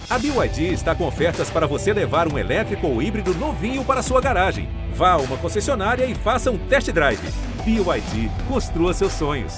A BYD está com ofertas para você levar um elétrico ou híbrido novinho para sua garagem. Vá a uma concessionária e faça um test drive. BYD, construa seus sonhos.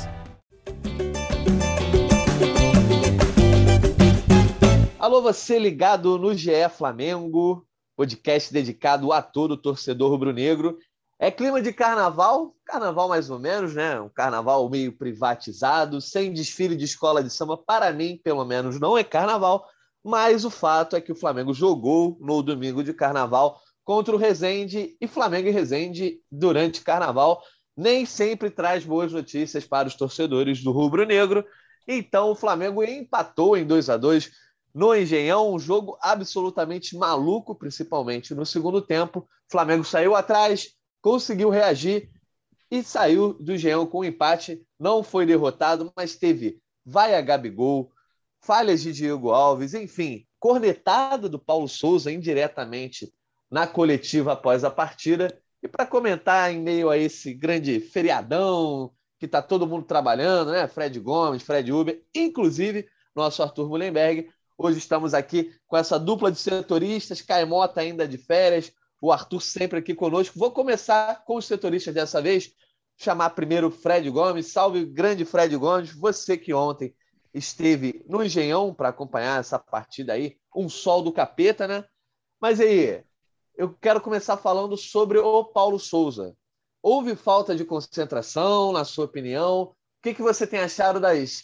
Alô, você ligado no GE Flamengo, podcast dedicado a todo torcedor rubro-negro. É clima de carnaval, carnaval mais ou menos, né? Um carnaval meio privatizado, sem desfile de escola de samba. Para mim, pelo menos, não é carnaval, mas o fato é que o Flamengo jogou no domingo de carnaval contra o Resende, e Flamengo e Resende, durante carnaval, nem sempre traz boas notícias para os torcedores do rubro-negro. Então, o Flamengo empatou em 2-2 no Engenhão, um jogo absolutamente maluco, principalmente no segundo tempo. O Flamengo saiu atrás, conseguiu reagir e saiu do Engenhão com um empate. Não foi derrotado, mas teve vai a Gabigol, falhas de Diego Alves, enfim, cornetada do Paulo Souza indiretamente na coletiva após a partida. E para comentar em meio a esse grande feriadão, que está todo mundo trabalhando, né? Fred Gomes, Fred Uber, inclusive nosso Arthur Mullenberg. Hoje estamos aqui com essa dupla de setoristas, Caimota ainda de férias, o Arthur sempre aqui conosco. Vou começar com os setoristas dessa vez, chamar primeiro o Fred Gomes. Salve, grande Fred Gomes, você que ontem esteve no Engenhão para acompanhar essa partida aí, um sol do capeta, né? Mas aí, eu quero começar falando sobre o Paulo Souza. Houve falta de concentração, na sua opinião? O que você tem achado das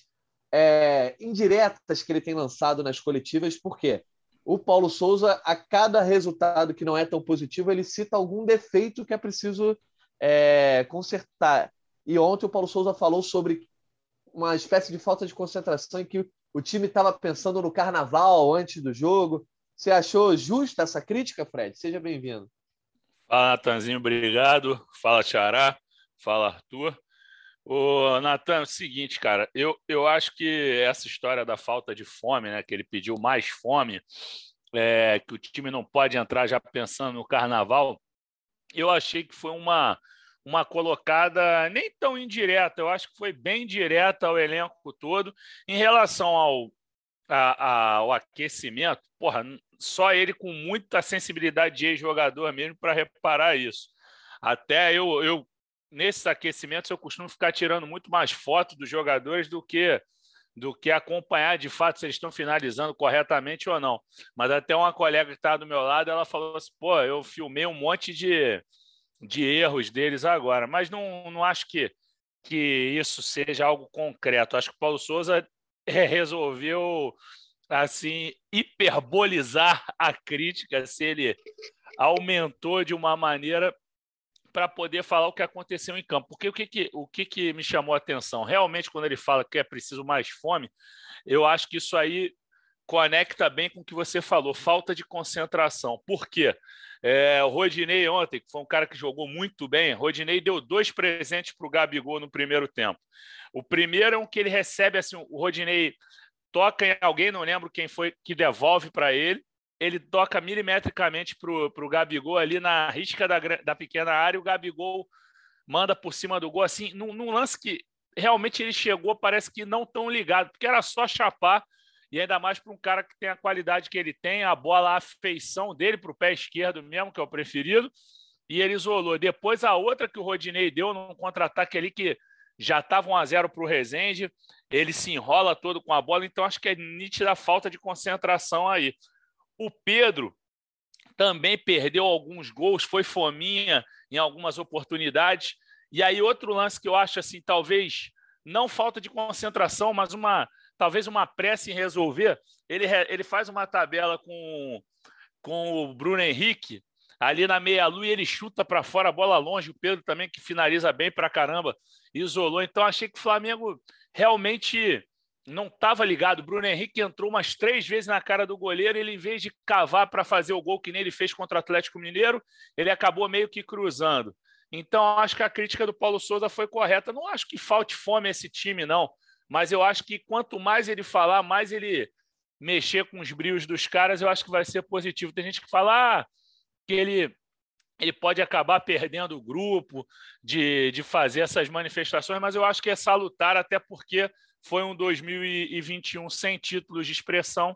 indiretas que ele tem lançado nas coletivas? Porque o Paulo Souza, a cada resultado que não é tão positivo, ele cita algum defeito que é preciso consertar. E ontem o Paulo Souza falou sobre uma espécie de falta de concentração em que o time estava pensando no carnaval antes do jogo. Você achou justa essa crítica, Fred? Seja bem-vindo. Fala, Natanzinho, obrigado. Fala, Xará. Fala, Arthur. Ô, Natan, é o seguinte, cara, eu acho que essa história da falta de fome, né, que ele pediu mais fome, que o time não pode entrar já pensando no carnaval, eu achei que foi uma colocada nem tão indireta, eu acho que foi bem direta ao elenco todo. Em relação ao aquecimento, porra, só ele com muita sensibilidade de ex-jogador mesmo para reparar isso. Até eu nesses aquecimentos eu costumo ficar tirando muito mais fotos dos jogadores do que acompanhar de fato se eles estão finalizando corretamente ou não. Mas até uma colega que está do meu lado, ela falou assim, pô, eu filmei um monte de erros deles agora, mas não acho que isso seja algo concreto. Acho que o Paulo Souza resolveu assim hiperbolizar a crítica, se ele aumentou de uma maneira para poder falar o que aconteceu em campo. Porque o que me chamou a atenção? Realmente, quando ele fala que é preciso mais fome, eu acho que isso aí conecta bem com o que você falou, falta de concentração. Por quê? O Rodinei ontem, que foi um cara que jogou muito bem, Rodinei deu 2 presentes para o Gabigol no primeiro tempo. O primeiro é um que ele recebe, assim, o Rodinei toca em alguém, não lembro quem foi, que devolve para ele, ele toca milimetricamente para o Gabigol ali na risca da pequena área, o Gabigol manda por cima do gol, assim, num lance que realmente ele chegou, parece que não tão ligado, porque era só chapar, e ainda mais para um cara que tem a qualidade que ele tem, a bola, a feição dele para o pé esquerdo mesmo, que é o preferido, e ele isolou. Depois a outra que o Rodinei deu num contra-ataque ali que já estava 1-0 para o Resende, ele se enrola todo com a bola, então acho que é nítida a falta de concentração aí. O Pedro também perdeu alguns gols, foi fominha em algumas oportunidades. E aí outro lance que eu acho assim, talvez não falta de concentração, mas talvez uma pressa em resolver. Ele faz uma tabela com o Bruno Henrique ali na meia-lua e ele chuta para fora a bola longe. O Pedro também, que finaliza bem para caramba, isolou. Então achei que o Flamengo realmente não estava ligado. O Bruno Henrique entrou umas 3 vezes na cara do goleiro, ele, em vez de cavar para fazer o gol que nem ele fez contra o Atlético Mineiro, ele acabou meio que cruzando. Então, acho que a crítica do Paulo Souza foi correta. Não acho que falte fome a esse time, não. Mas eu acho que quanto mais ele falar, mais ele mexer com os brios dos caras, eu acho que vai ser positivo. Tem gente que fala que ele pode acabar perdendo o grupo de fazer essas manifestações, mas eu acho que é salutar, até porque foi um 2021 sem títulos de expressão.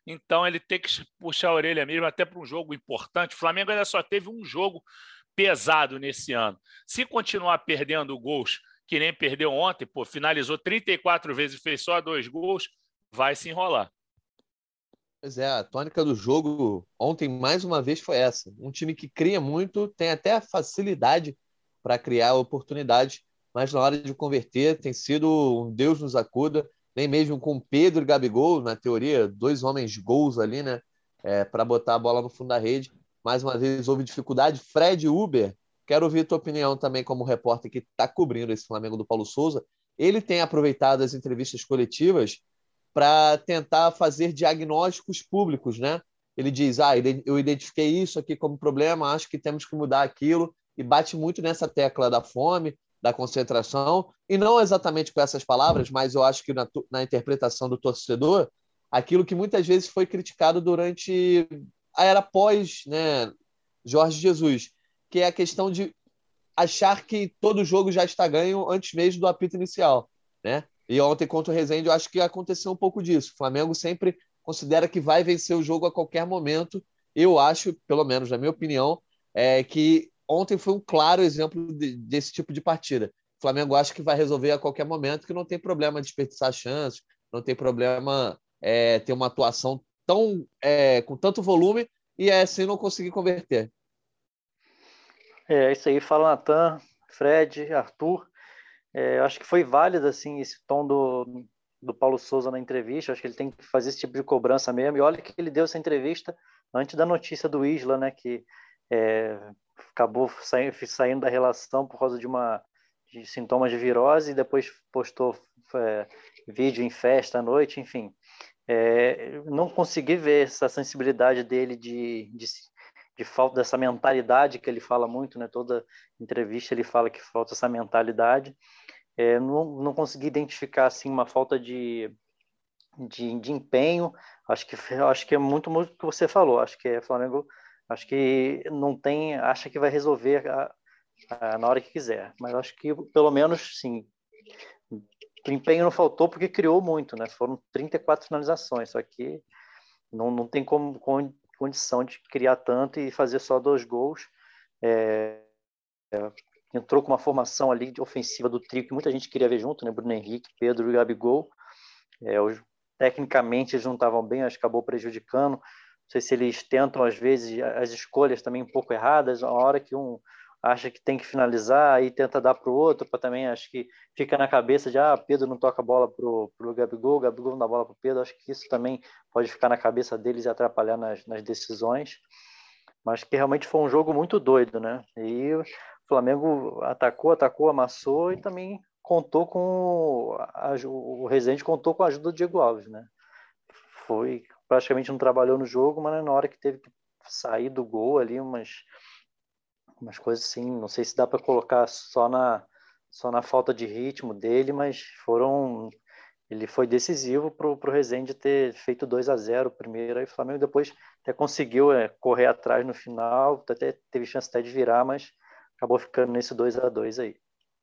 Então ele tem que puxar a orelha mesmo, até para um jogo importante. O Flamengo ainda só teve um jogo pesado nesse ano. Se continuar perdendo gols, que nem perdeu ontem, pô, finalizou 34 vezes e fez só 2 gols, vai se enrolar. Pois é, a tônica do jogo ontem, mais uma vez, foi essa. Um time que cria muito, tem até a facilidade para criar oportunidades, mas na hora de converter tem sido um Deus nos acuda, nem mesmo com Pedro e Gabigol, na teoria, 2 homens gols ali, né? Para botar a bola no fundo da rede. Mais uma vez houve dificuldade. Fred Uber, quero ouvir a tua opinião também como repórter que está cobrindo esse Flamengo do Paulo Souza. Ele tem aproveitado as entrevistas coletivas para tentar fazer diagnósticos públicos, né? Ele diz, eu identifiquei isso aqui como problema, acho que temos que mudar aquilo, e bate muito nessa tecla da fome, da concentração, e não exatamente com essas palavras, mas eu acho que na interpretação do torcedor, aquilo que muitas vezes foi criticado durante a era pós, né, Jorge Jesus, que é a questão de achar que todo jogo já está ganho antes mesmo do apito inicial, né? E ontem contra o Resende eu acho que aconteceu um pouco disso. O Flamengo sempre considera que vai vencer o jogo a qualquer momento. Eu acho, pelo menos na minha opinião, que ontem foi um claro exemplo desse tipo de partida. O Flamengo acha que vai resolver a qualquer momento, que não tem problema desperdiçar chances, não tem problema ter uma atuação com tanto volume e assim não conseguir converter. Isso aí, fala Natan, Fred, Arthur. Eu acho que foi válido assim, esse tom do Paulo Souza na entrevista. Acho que ele tem que fazer esse tipo de cobrança mesmo. E olha que ele deu essa entrevista antes da notícia do Isla, né, que acabou saindo da relação por causa de sintomas de virose, e depois postou vídeo em festa à noite, enfim. Não consegui ver essa sensibilidade dele de falta dessa mentalidade que ele fala muito, né? Toda entrevista ele fala que falta essa mentalidade. Não consegui identificar assim uma falta de empenho. Acho que é muito o que você falou. Acho que Flamengo, acho que não tem, acha que vai resolver na hora que quiser. Mas acho que pelo menos sim, o empenho não faltou porque criou muito, né? Foram 34 finalizações, só que não tem condição de criar tanto e fazer só 2 gols. Entrou com uma formação ali de ofensiva do trio que muita gente queria ver junto, né? Bruno Henrique, Pedro e Gabigol. Tecnicamente eles não estavam bem, acho que acabou prejudicando. Não sei se eles tentam, às vezes, as escolhas também um pouco erradas, a hora que um acha que tem que finalizar, aí tenta dar para o outro, para também, acho que fica na cabeça de, Pedro não toca a bola pro Gabigol não dá bola pro Pedro. Acho que isso também pode ficar na cabeça deles e atrapalhar nas decisões. Mas que realmente foi um jogo muito doido, né? E o Flamengo atacou, amassou, e também contou com o Resende contou com a ajuda do Diego Alves, né? Praticamente não trabalhou no jogo, mas na hora que teve que sair do gol ali, umas coisas assim, não sei se dá para colocar só na falta de ritmo dele, mas ele foi decisivo para o Resende ter feito 2-0 primeiro, aí o Flamengo depois até conseguiu correr atrás no final, até teve chance até de virar, mas acabou ficando nesse 2-2 aí.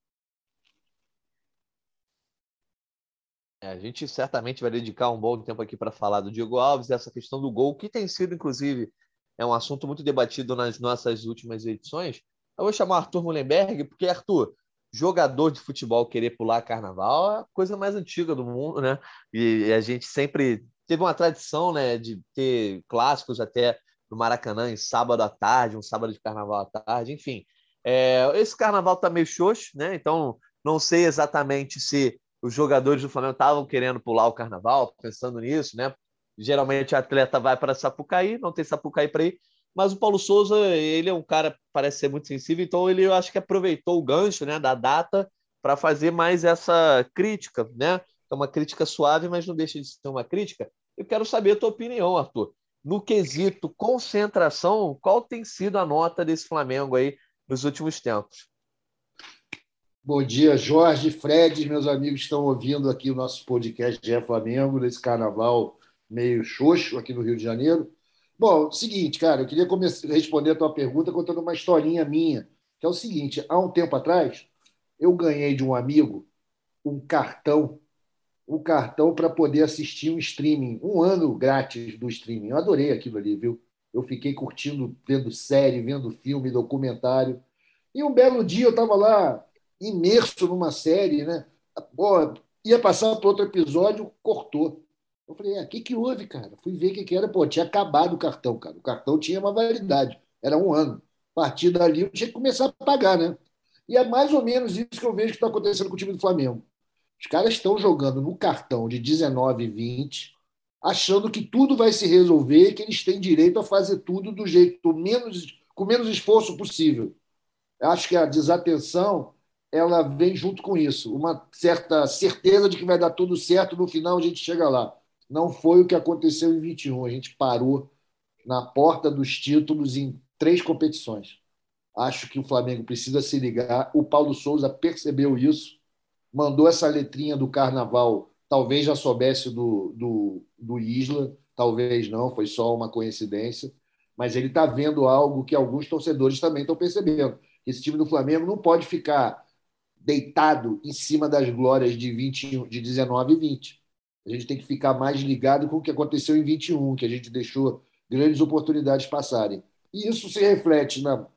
A gente certamente vai dedicar um bom tempo aqui para falar do Diego Alves, dessa questão do gol, que tem sido, inclusive, um assunto muito debatido nas nossas últimas edições. Eu vou chamar Arthur Mullenberg, porque, Arthur, jogador de futebol querer pular carnaval é a coisa mais antiga do mundo, né? E a gente sempre teve uma tradição, né, de ter clássicos até no Maracanã em sábado à tarde, um sábado de carnaval à tarde, enfim. Esse carnaval tá meio xoxo, né? Então não sei exatamente se os jogadores do Flamengo estavam querendo pular o carnaval, pensando nisso, né? Geralmente o atleta vai para Sapucaí, não tem Sapucaí para ir, mas o Paulo Souza, ele é um cara, parece ser muito sensível, então eu acho que aproveitou o gancho, né, da data para fazer mais essa crítica, né? É uma crítica suave, mas não deixa de ser uma crítica. Eu quero saber a tua opinião, Arthur. No quesito concentração, qual tem sido a nota desse Flamengo aí nos últimos tempos? Bom dia, Jorge, Fred, meus amigos estão ouvindo aqui o nosso podcast de Flamengo, nesse carnaval meio xoxo aqui no Rio de Janeiro. Bom, seguinte, cara, eu queria responder a tua pergunta contando uma historinha minha, que é o seguinte: há um tempo atrás, eu ganhei de um amigo um cartão o cartão para poder assistir um streaming, um ano grátis do streaming. Eu adorei aquilo ali, viu? Eu fiquei curtindo, vendo série, vendo filme, documentário. E um belo dia eu estava lá imerso numa série, né? Pô, ia passar para outro episódio, cortou. Eu falei, o que houve, cara? Fui ver o que era. Pô, tinha acabado o cartão, cara. O cartão tinha uma validade, era um ano. A partir dali eu tinha que começar a pagar, né? E é mais ou menos isso que eu vejo que está acontecendo com o time do Flamengo. Os caras estão jogando no cartão de 19 e 20, achando que tudo vai se resolver, que eles têm direito a fazer tudo do jeito menos, com menos esforço possível. Eu acho que a desatenção ela vem junto com isso, uma certa certeza de que vai dar tudo certo, no final a gente chega lá. Não foi o que aconteceu em 21. A gente parou na porta dos títulos em 3 competições. Acho que o Flamengo precisa se ligar. O Paulo Souza percebeu isso, mandou essa letrinha do Carnaval. Talvez já soubesse do Isla, talvez não, foi só uma coincidência. Mas ele está vendo algo que alguns torcedores também estão percebendo. Esse time do Flamengo não pode ficar deitado em cima das glórias de 20, de 19 e 20. A gente tem que ficar mais ligado com o que aconteceu em 21, que a gente deixou grandes oportunidades passarem. E isso se reflete na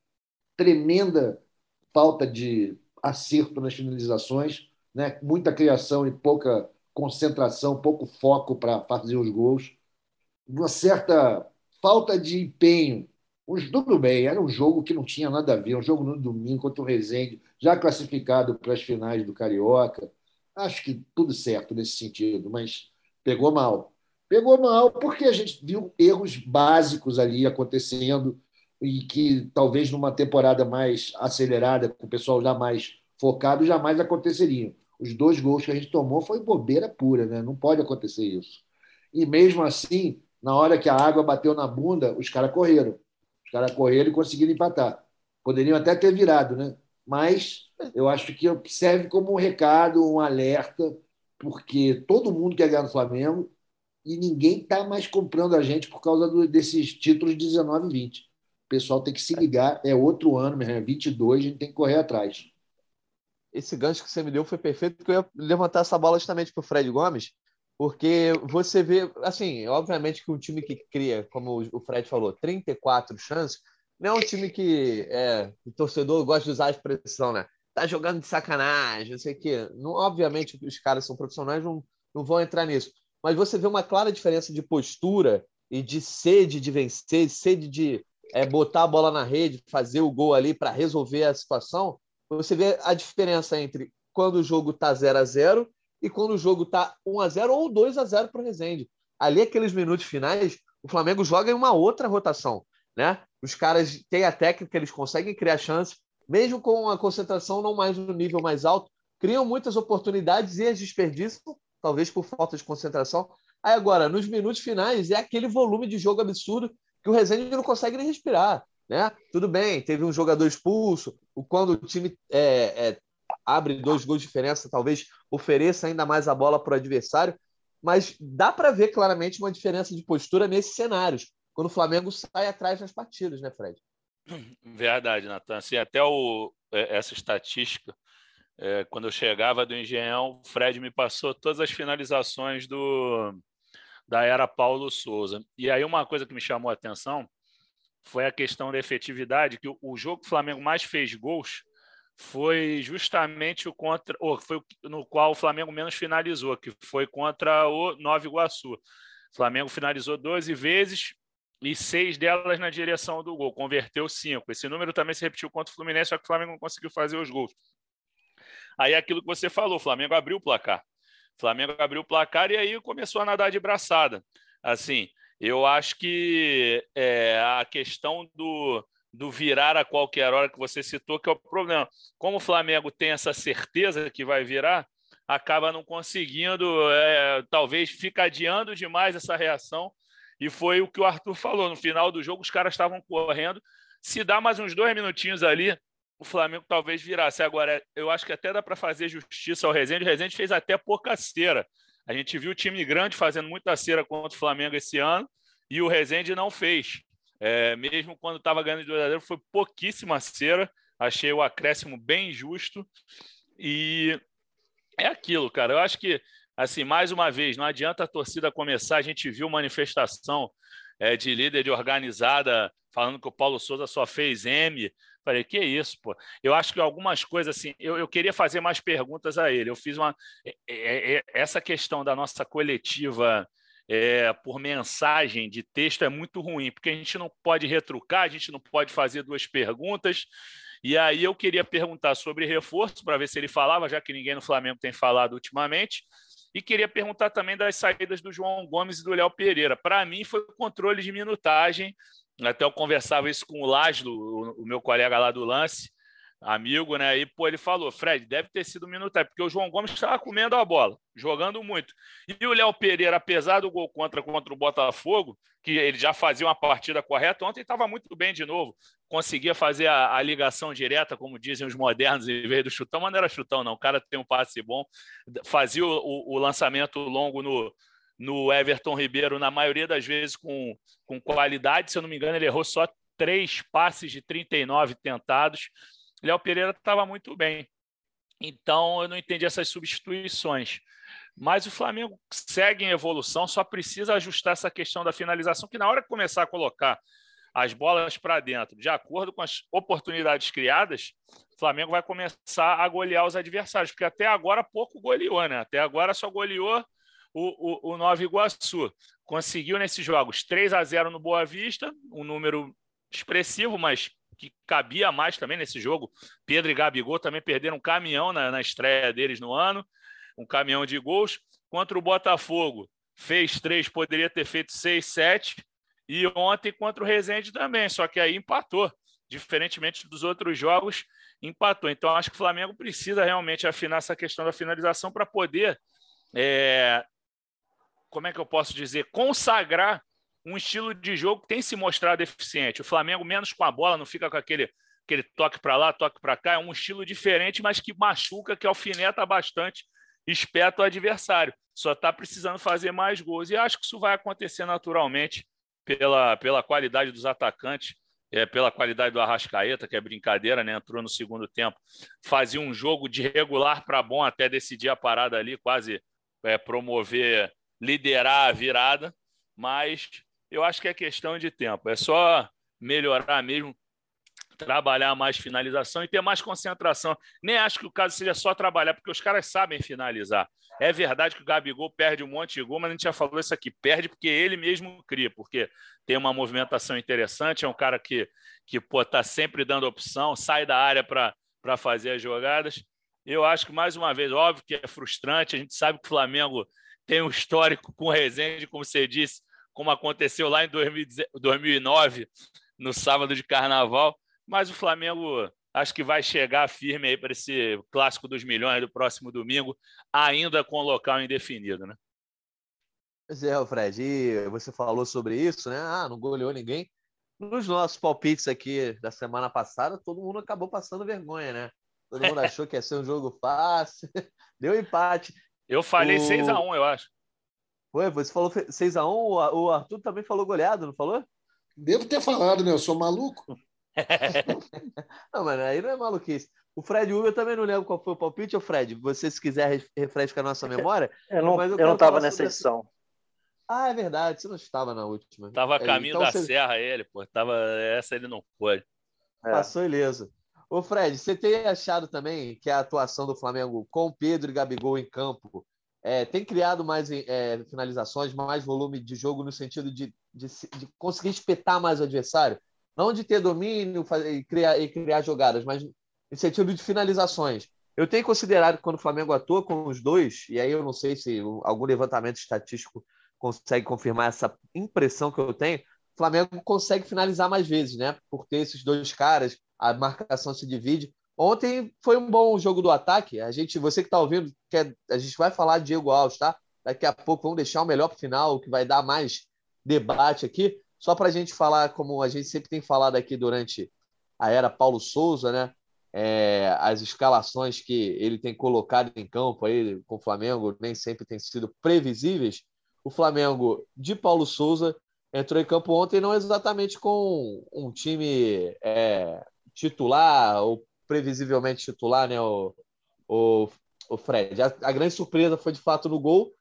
tremenda falta de acerto nas finalizações, né? Muita criação e pouca concentração, pouco foco para fazer os gols, uma certa falta de empenho. Tudo bem, era um jogo que não tinha nada a ver, um jogo no domingo contra o Rezende, já classificado para as finais do Carioca. Acho que tudo certo nesse sentido, mas pegou mal. Pegou mal porque a gente viu erros básicos ali acontecendo e que talvez numa temporada mais acelerada, com o pessoal já mais focado, jamais aconteceriam. Os 2 gols que a gente tomou foi bobeira pura, né? Não pode acontecer isso. E mesmo assim, na hora que a água bateu na bunda, os caras correram. Os caras correram e conseguiram empatar. Poderiam até ter virado, né? Mas eu acho que serve como um recado, um alerta, porque todo mundo quer ganhar no Flamengo e ninguém está mais comprando a gente por causa desses títulos de 19 e 20. O pessoal tem que se ligar, é outro ano, mesmo, é 22, a gente tem que correr atrás. Esse gancho que você me deu foi perfeito, porque eu ia levantar essa bola justamente para o Fred Gomes, porque você vê, assim, obviamente que um time que cria, como o Fred falou, 34 chances, não é um time que o torcedor gosta de usar a expressão, né? Tá jogando de sacanagem, não sei o quê. Não, obviamente, os caras são profissionais, não vão entrar nisso. Mas você vê uma clara diferença de postura e de sede de vencer, sede de botar a bola na rede, fazer o gol ali para resolver a situação. Você vê a diferença entre quando o jogo está 0-0 e quando o jogo está 1-0 ou 2-0 para o Rezende. Ali, aqueles minutos finais, o Flamengo joga em uma outra rotação, né? Os caras têm a técnica, eles conseguem criar chances, mesmo com a concentração não mais no nível mais alto, criam muitas oportunidades e as desperdiçam, talvez por falta de concentração. Aí agora, nos minutos finais, é aquele volume de jogo absurdo que o Rezende não consegue nem respirar, né? Tudo bem, teve um jogador expulso, quando o time abre 2 gols de diferença, talvez ofereça ainda mais a bola para o adversário, mas dá para ver claramente uma diferença de postura nesses cenários, quando o Flamengo sai atrás nas partidas, né, Fred? Verdade, Natan. Assim, até essa estatística, quando eu chegava do Engenhão, o Fred me passou todas as finalizações da era Paulo Souza. E aí uma coisa que me chamou a atenção foi a questão da efetividade, que o jogo que o Flamengo mais fez gols foi justamente foi no qual o Flamengo menos finalizou, que foi contra o Nova Iguaçu. O Flamengo finalizou 12 vezes e 6 delas na direção do gol, converteu 5. Esse número também se repetiu contra o Fluminense, só que o Flamengo não conseguiu fazer os gols. Aí aquilo que você falou, o Flamengo abriu o placar. O Flamengo abriu o placar e aí começou a nadar de braçada. Assim, eu acho que a questão do virar a qualquer hora que você citou, que é o problema. Como o Flamengo tem essa certeza que vai virar, acaba não conseguindo, talvez fica adiando demais essa reação. E foi o que o Arthur falou. No final do jogo, os caras estavam correndo. Se dá mais uns 2 minutinhos ali, o Flamengo talvez virasse. Agora, eu acho que até dá para fazer justiça ao Rezende. O Rezende fez até pouca cera. A gente viu o time grande fazendo muita cera contra o Flamengo esse ano e o Rezende não fez. Mesmo quando estava ganhando de 2-0, foi pouquíssima cera. Achei o acréscimo bem justo. E é aquilo, cara. Eu acho que assim, mais uma vez, não adianta a torcida começar, a gente viu manifestação de líder de organizada falando que o Paulo Souza só fez M. Falei, que isso, pô? Eu acho que algumas coisas, assim, eu queria fazer mais perguntas a ele. Eu fiz essa questão da nossa coletiva por mensagem de texto é muito ruim, porque a gente não pode retrucar, a gente não pode fazer duas perguntas. E aí eu queria perguntar sobre reforço, para ver se ele falava, já que ninguém no Flamengo tem falado ultimamente. E queria perguntar também das saídas do João Gomes e do Léo Pereira. Para mim, foi o controle de minutagem. Até eu conversava isso com o Láslo, o meu colega lá do Lance, amigo, né? E, pô, ele falou, Fred, deve ter sido minutagem, porque o João Gomes estava comendo a bola, jogando muito. E o Léo Pereira, apesar do gol contra o Botafogo, que ele já fazia uma partida correta, ontem estava muito bem de novo. Conseguia fazer a ligação direta, como dizem os modernos, em vez do chutão, mas não era chutão, não. O cara tem um passe bom. Fazia o lançamento longo no Everton Ribeiro, na maioria das vezes com qualidade. Se eu não me engano, ele errou só 3 passes de 39 tentados. Léo Pereira estava muito bem. Então, eu não entendi essas substituições. Mas o Flamengo segue em evolução, só precisa ajustar essa questão da finalização, que na hora que começar a colocar as bolas para dentro, de acordo com as oportunidades criadas, o Flamengo vai começar a golear os adversários, porque até agora pouco goleou, né? Até agora só goleou o Nova Iguaçu. Conseguiu nesses jogos 3-0 no Boa Vista, um número expressivo, mas que cabia mais também nesse jogo. Pedro e Gabigol também perderam um caminhão na estreia deles no ano, um caminhão de gols. Contra o Botafogo, fez 3, poderia ter feito 6, 7. E ontem contra o Resende também, só que aí empatou. Diferentemente dos outros jogos, empatou. Então, acho que o Flamengo precisa realmente afinar essa questão da finalização para poder, como é que eu posso dizer, consagrar um estilo de jogo que tem se mostrado eficiente. O Flamengo menos com a bola, não fica com aquele toque para lá, toque para cá. É um estilo diferente, mas que machuca, que alfineta bastante, espeta o adversário. Só está precisando fazer mais gols. E acho que isso vai acontecer naturalmente pela qualidade dos atacantes, pela qualidade do Arrascaeta, que é brincadeira, né? Entrou no segundo tempo, fazia um jogo de regular para bom até decidir a parada ali, quase promover, liderar a virada, mas eu acho que é questão de tempo, é só melhorar mesmo, trabalhar mais finalização e ter mais concentração. Nem acho que o caso seja só trabalhar, porque os caras sabem finalizar. É verdade que o Gabigol perde um monte de gol, mas a gente já falou isso aqui, perde porque ele mesmo cria, porque tem uma movimentação interessante, é um cara que está sempre dando opção, sai da área para fazer as jogadas. Eu acho que, mais uma vez, óbvio que é frustrante, a gente sabe que o Flamengo tem um histórico com o Resende, como você disse, como aconteceu lá em 2009, no sábado de Carnaval, mas o Flamengo acho que vai chegar firme aí para esse Clássico dos Milhões do próximo domingo, ainda com o local indefinido, né? Pois é, Fred, e você falou sobre isso, né? Não goleou ninguém. Nos nossos palpites aqui da semana passada, todo mundo acabou passando vergonha, né? Todo mundo achou que ia ser um jogo fácil. Deu empate. Eu falei 6-1, eu acho. Foi, você falou 6-1, o Arthur também falou goleado, não falou? Devo ter falado, né? Eu sou maluco. Não, mas aí não é maluquice. O Fred Uber também não lembro qual foi o palpite, ô Fred. Você, se quiser, refresca a nossa memória. Eu não estava nessa edição. É verdade, você não estava na última. Estava a caminho então, da serra ele, pô. Essa ele não foi. Passou ileso. Ô Fred, você tem achado também que a atuação do Flamengo com Pedro e Gabigol em campo tem criado mais finalizações, mais volume de jogo no sentido de conseguir espetar mais o adversário? Não de ter domínio e criar jogadas, mas no sentido de finalizações. Eu tenho considerado que quando o Flamengo atua com os dois, e aí eu não sei se algum levantamento estatístico consegue confirmar essa impressão que eu tenho, o Flamengo consegue finalizar mais vezes, né? Por ter esses dois caras, a marcação se divide. Ontem foi um bom jogo do ataque. Você que está ouvindo, a gente vai falar de Diego Alves, tá? Daqui a pouco vamos deixar o melhor para o final, que vai dar mais debate aqui. Só para a gente falar, como a gente sempre tem falado aqui durante a era Paulo Souza, né? As escalações que ele tem colocado em campo aí com o Flamengo nem sempre têm sido previsíveis. O Flamengo de Paulo Souza entrou em campo ontem não exatamente com um time titular ou previsivelmente titular, né? O Fred. A grande surpresa foi de fato no gol,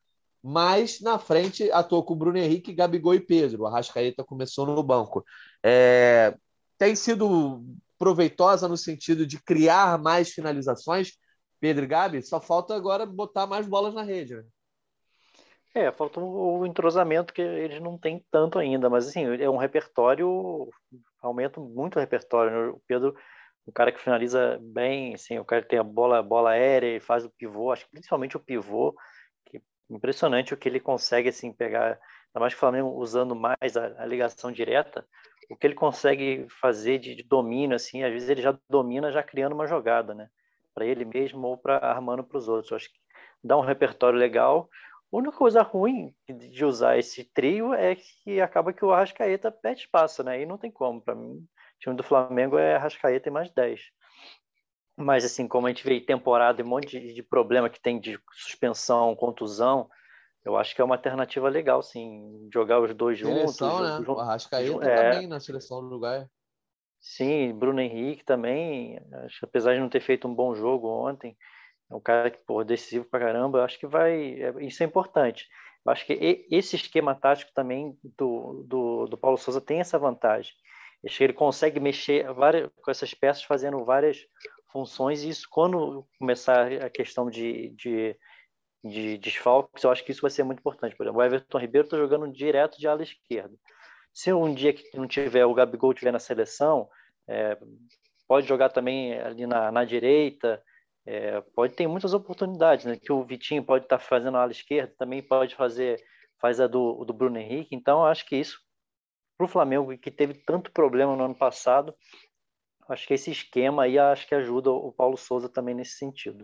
mas na frente atuou com o Bruno Henrique, Gabigol e Pedro. O Arrascaeta começou no banco. É, tem sido proveitosa no sentido de criar mais finalizações, Pedro e Gabi, só falta agora botar mais bolas na rede, né? Falta o entrosamento que eles não têm tanto ainda, mas assim, é um repertório, aumenta muito o repertório, né? O Pedro, um cara que finaliza bem, assim, o cara que tem a bola aérea e faz o pivô, acho que principalmente o pivô, que impressionante o que ele consegue assim pegar, ainda mais que o Flamengo usando mais a ligação direta, o que ele consegue fazer de domínio, assim, às vezes ele já domina já criando uma jogada, né? Para ele mesmo ou para armando para os outros. Eu acho que dá um repertório legal. A única coisa ruim de usar esse trio é que acaba que o Arrascaeta perde espaço, né? E não tem como. Para mim, o time do Flamengo é Arrascaeta e mais 10. Mas, assim, como a gente vê em temporada e um monte de problema que tem de suspensão, contusão, eu acho que é uma alternativa legal, sim. Jogar os dois juntos. Seleção, né? O Arrascaeta também na seleção do Uruguai. Sim, Bruno Henrique também. Acho que apesar de não ter feito um bom jogo ontem, é um cara que, pô, decisivo pra caramba. Eu acho que isso é importante. Eu acho que esse esquema tático também do Paulo Souza tem essa vantagem. Acho que ele consegue mexer com essas peças, fazendo várias funções, e isso, quando começar a questão de desfalques, eu acho que isso vai ser muito importante. Por exemplo, o Everton Ribeiro está jogando direto de ala esquerda. Se um dia que não tiver, o Gabigol tiver na seleção, pode jogar também ali na direita, pode ter muitas oportunidades, né? Que o Vitinho pode estar fazendo a ala esquerda, também faz a do Bruno Henrique. Então, eu acho que isso, para o Flamengo, que teve tanto problema no ano passado, acho que esse esquema aí acho que ajuda o Paulo Souza também nesse sentido.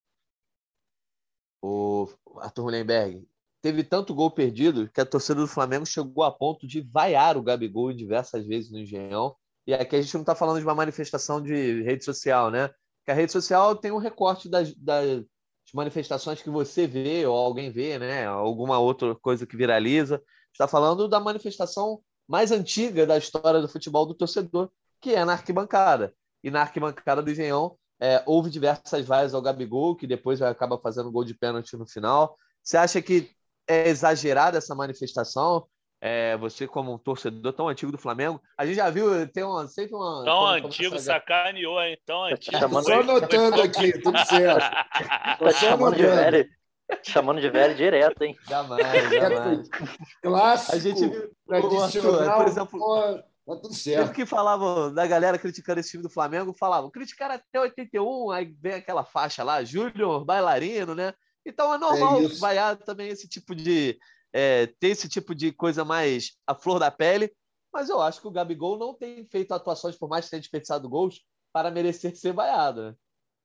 O Arthur Mullenberg, teve tanto gol perdido que a torcida do Flamengo chegou a ponto de vaiar o Gabigol diversas vezes no Engenhão. E aqui a gente não está falando de uma manifestação de rede social, né? Porque a rede social tem um recorte das manifestações que você vê ou alguém vê, né? Alguma outra coisa que viraliza. Está falando da manifestação mais antiga da história do futebol do torcedor, que é na arquibancada. E na arquibancada do Engenhão houve diversas vaias ao Gabigol, que depois acaba fazendo gol de pênalti no final. Você acha que é exagerada essa manifestação? Você, como um torcedor tão antigo do Flamengo, a gente já viu, sempre uma. Tão antigo, sacaneou, hein? Tão antigo. Só anotando aqui, tudo certo. Chamando de velho direto, hein? Jamais. Clássico. A gente viu, tradicional, por exemplo. Tá tudo certo. Que falavam da galera criticando esse time do Flamengo, falavam, criticaram até 81, aí vem aquela faixa lá, Júnior, bailarino, né? Então é normal vaiar também esse tipo de. Ter esse tipo de coisa mais à flor da pele, mas eu acho que o Gabigol não tem feito atuações, por mais que tenha desperdiçado gols, para merecer ser vaiado, né?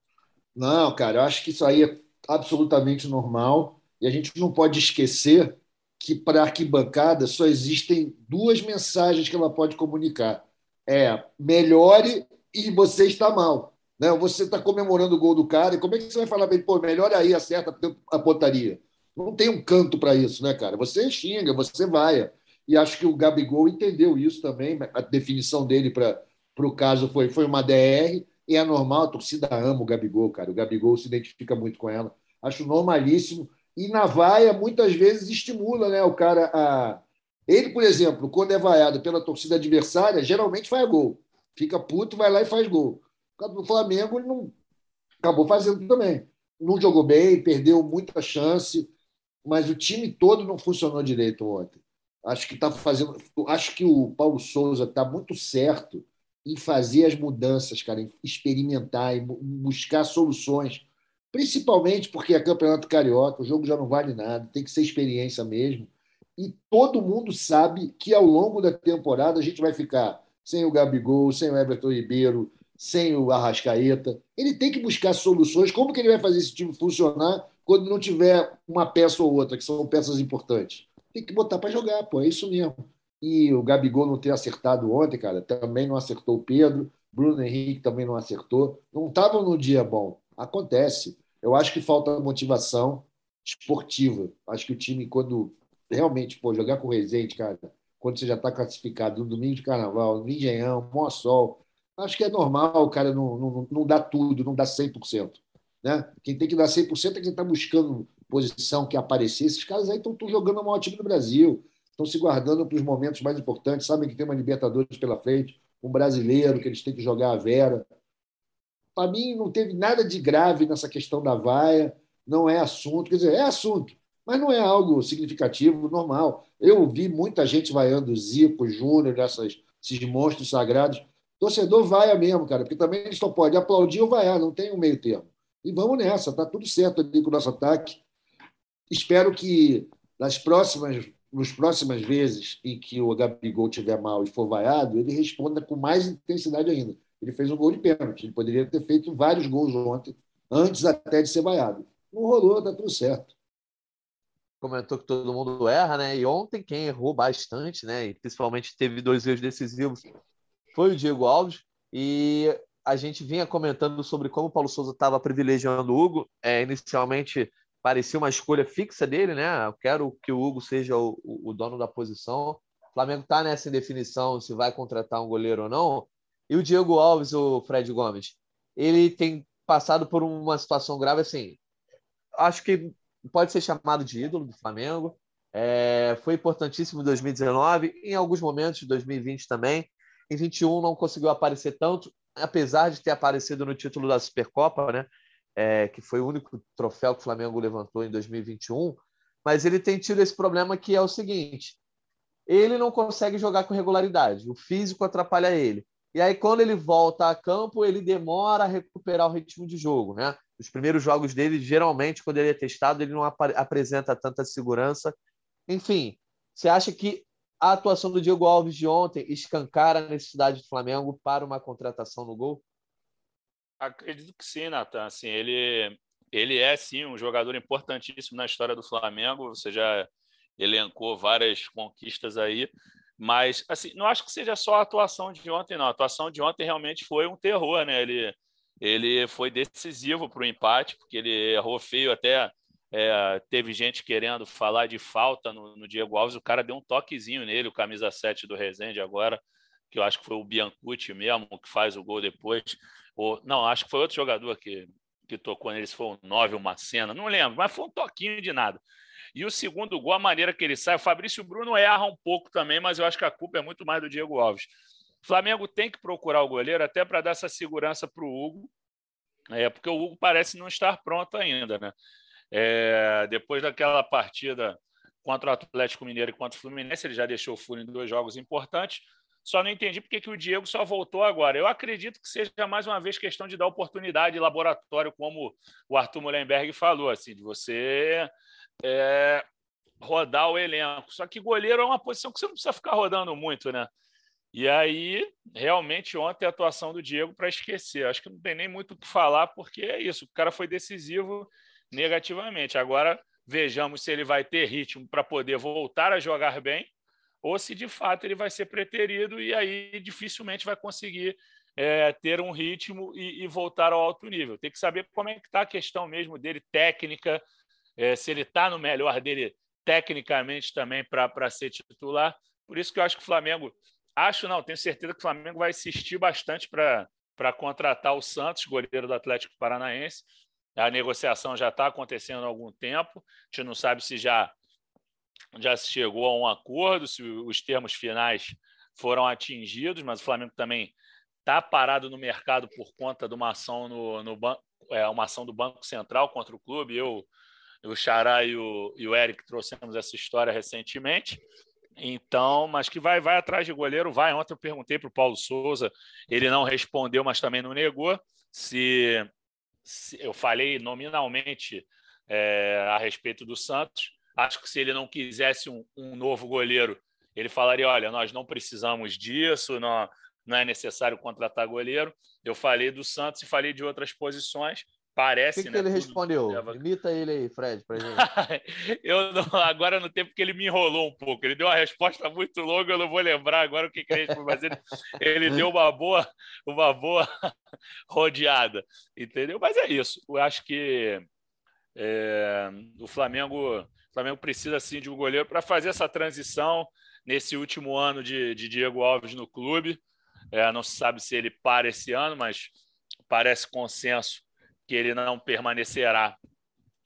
Não, cara, eu acho que isso aí é absolutamente normal e a gente não pode esquecer que para a arquibancada só existem duas mensagens que ela pode comunicar. Melhore e você está mal. Né? Você está comemorando o gol do cara e como é que você vai falar para ele, pô, melhora aí, acerta a pontaria? Não tem um canto para isso, né, cara? Você xinga, você vaia. E acho que o Gabigol entendeu isso também. A definição dele para o caso foi uma DR, e é normal, a torcida ama o Gabigol, cara. O Gabigol se identifica muito com ela. Acho normalíssimo. E na vaia, muitas vezes, estimula, né, o cara a. Ele, por exemplo, quando é vaiado pela torcida adversária, geralmente faz gol. Fica puto, vai lá e faz gol. O cara do Flamengo, ele não acabou fazendo também. Não jogou bem, perdeu muita chance, mas o time todo não funcionou direito ontem. Acho que o Paulo Souza está muito certo em fazer as mudanças, cara, em experimentar, em buscar soluções, principalmente porque é Campeonato Carioca, o jogo já não vale nada, tem que ser experiência mesmo. E todo mundo sabe que ao longo da temporada a gente vai ficar sem o Gabigol, sem o Everton Ribeiro, sem o Arrascaeta. Ele tem que buscar soluções. Como que ele vai fazer esse time funcionar quando não tiver uma peça ou outra, que são peças importantes? Tem que botar para jogar, pô, é isso mesmo. E o Gabigol não ter acertado ontem, cara, também não acertou o Pedro, Bruno Henrique também não acertou. Não estavam no dia bom. Acontece. Eu acho que falta motivação esportiva. Acho que o time, quando realmente jogar com o Rezende, cara, quando você já está classificado no domingo de carnaval, no Engenhão, maior sol, acho que é normal o cara não dá tudo, não dá 100%. Né? Quem tem que dar 100% é quem está buscando posição que aparecer, esses caras aí estão jogando o maior time do Brasil, estão se guardando para os momentos mais importantes, sabem que tem uma Libertadores pela frente, um brasileiro que eles têm que jogar a Vera. Para mim, não teve nada de grave nessa questão da vaia, não é assunto, quer dizer, é assunto, mas não é algo significativo, normal. Eu vi muita gente vaiando Zico, Júnior, esses monstros sagrados. Torcedor vaia mesmo, cara, porque também eles só pode aplaudir ou vaiar, não tem um meio termo. E vamos nessa, tá tudo certo ali com o nosso ataque. Espero que nos próximas vezes em que o Gabigol tiver mal e for vaiado, ele responda com mais intensidade ainda. Ele fez um gol de pênalti, ele poderia ter feito vários gols ontem, antes até de ser vaiado. Não rolou, tá tudo certo. Comentou que todo mundo erra, né? E ontem quem errou bastante, né? E principalmente teve 2 erros decisivos, foi o Diego Alves. E a gente vinha comentando sobre como o Paulo Souza estava privilegiando o Hugo. Inicialmente parecia uma escolha fixa dele, né? Eu quero que o Hugo seja o dono da posição. O Flamengo está nessa indefinição se vai contratar um goleiro ou não. E o Diego Alves, o Fred Gomes, ele tem passado por uma situação grave, assim, acho que pode ser chamado de ídolo do Flamengo. Foi importantíssimo em 2019, em alguns momentos de 2020 também. Em 21 não conseguiu aparecer tanto, apesar de ter aparecido no título da Supercopa, né? Que foi o único troféu que o Flamengo levantou em 2021. Mas ele tem tido esse problema que é o seguinte: ele não consegue jogar com regularidade, o físico atrapalha ele. E aí, quando ele volta a campo, ele demora a recuperar o ritmo de jogo, né? Os primeiros jogos dele, geralmente, quando ele é testado, ele não apresenta tanta segurança. Enfim, você acha que a atuação do Diego Alves de ontem escancara a necessidade do Flamengo para uma contratação no gol? Acredito que sim, Nathan. Assim, ele é, sim, um jogador importantíssimo na história do Flamengo. Você já elencou várias conquistas aí. Mas, assim, não acho que seja só a atuação de ontem, não. A atuação de ontem realmente foi um terror, né? Ele foi decisivo para o empate, porque ele errou feio até. Teve gente querendo falar de falta no Diego Alves. O cara deu um toquezinho nele, o camisa 7 do Resende agora, que eu acho que foi o Biancucci mesmo, que faz o gol depois. Não, acho que foi outro jogador que tocou nele, se foi o 9, uma cena, não lembro, mas foi um toquinho de nada. E o segundo gol, a maneira que ele sai, o Fabrício Bruno erra um pouco também, mas eu acho que a culpa é muito mais do Diego Alves. O Flamengo tem que procurar o goleiro até para dar essa segurança para o Hugo, porque o Hugo parece não estar pronto ainda, né? Depois daquela partida contra o Atlético Mineiro e contra o Fluminense, ele já deixou o furo em 2 jogos importantes. Só não entendi porque que o Diego só voltou agora. Eu acredito que seja mais uma vez questão de dar oportunidade de laboratório, como o Arthur Mullenberg falou, assim, de você rodar o elenco. Só que goleiro é uma posição que você não precisa ficar rodando muito, né? E aí, realmente, ontem a atuação do Diego para esquecer. Acho que não tem nem muito o que falar, porque é isso. O cara foi decisivo negativamente. Agora, vejamos se ele vai ter ritmo para poder voltar a jogar bem ou se, de fato, ele vai ser preterido e aí dificilmente vai conseguir ter um ritmo e voltar ao alto nível. Tem que saber como é que está a questão mesmo dele, técnica, se ele está no melhor dele tecnicamente também para ser titular. Por isso que eu acho que o Flamengo... tenho certeza que o Flamengo vai insistir bastante para contratar o Santos, goleiro do Atlético Paranaense. A negociação já está acontecendo há algum tempo. A gente não sabe se já se chegou a um acordo, se os termos finais foram atingidos, mas o Flamengo também está parado no mercado por conta de uma ação uma ação do Banco Central contra o clube. O Xará e o Eric trouxemos essa história recentemente. Então, mas que vai atrás de goleiro, vai. Ontem eu perguntei para o Paulo Souza, ele não respondeu, mas também não negou. Se eu falei nominalmente a respeito do Santos, acho que se ele não quisesse um novo goleiro, ele falaria: olha, nós não precisamos disso, não é necessário contratar goleiro. Eu falei do Santos e falei de outras posições. Parece, o que ele respondeu? Imita ele aí, Fred, pra gente. Agora no tempo que ele me enrolou um pouco. Ele deu uma resposta muito longa, eu não vou lembrar agora o que ele respondeu, mas ele deu uma boa rodeada, entendeu? Mas é isso. Eu acho que o Flamengo precisa sim de um goleiro para fazer essa transição nesse último ano de Diego Alves no clube. Não se sabe se ele para esse ano, mas parece consenso que ele não permanecerá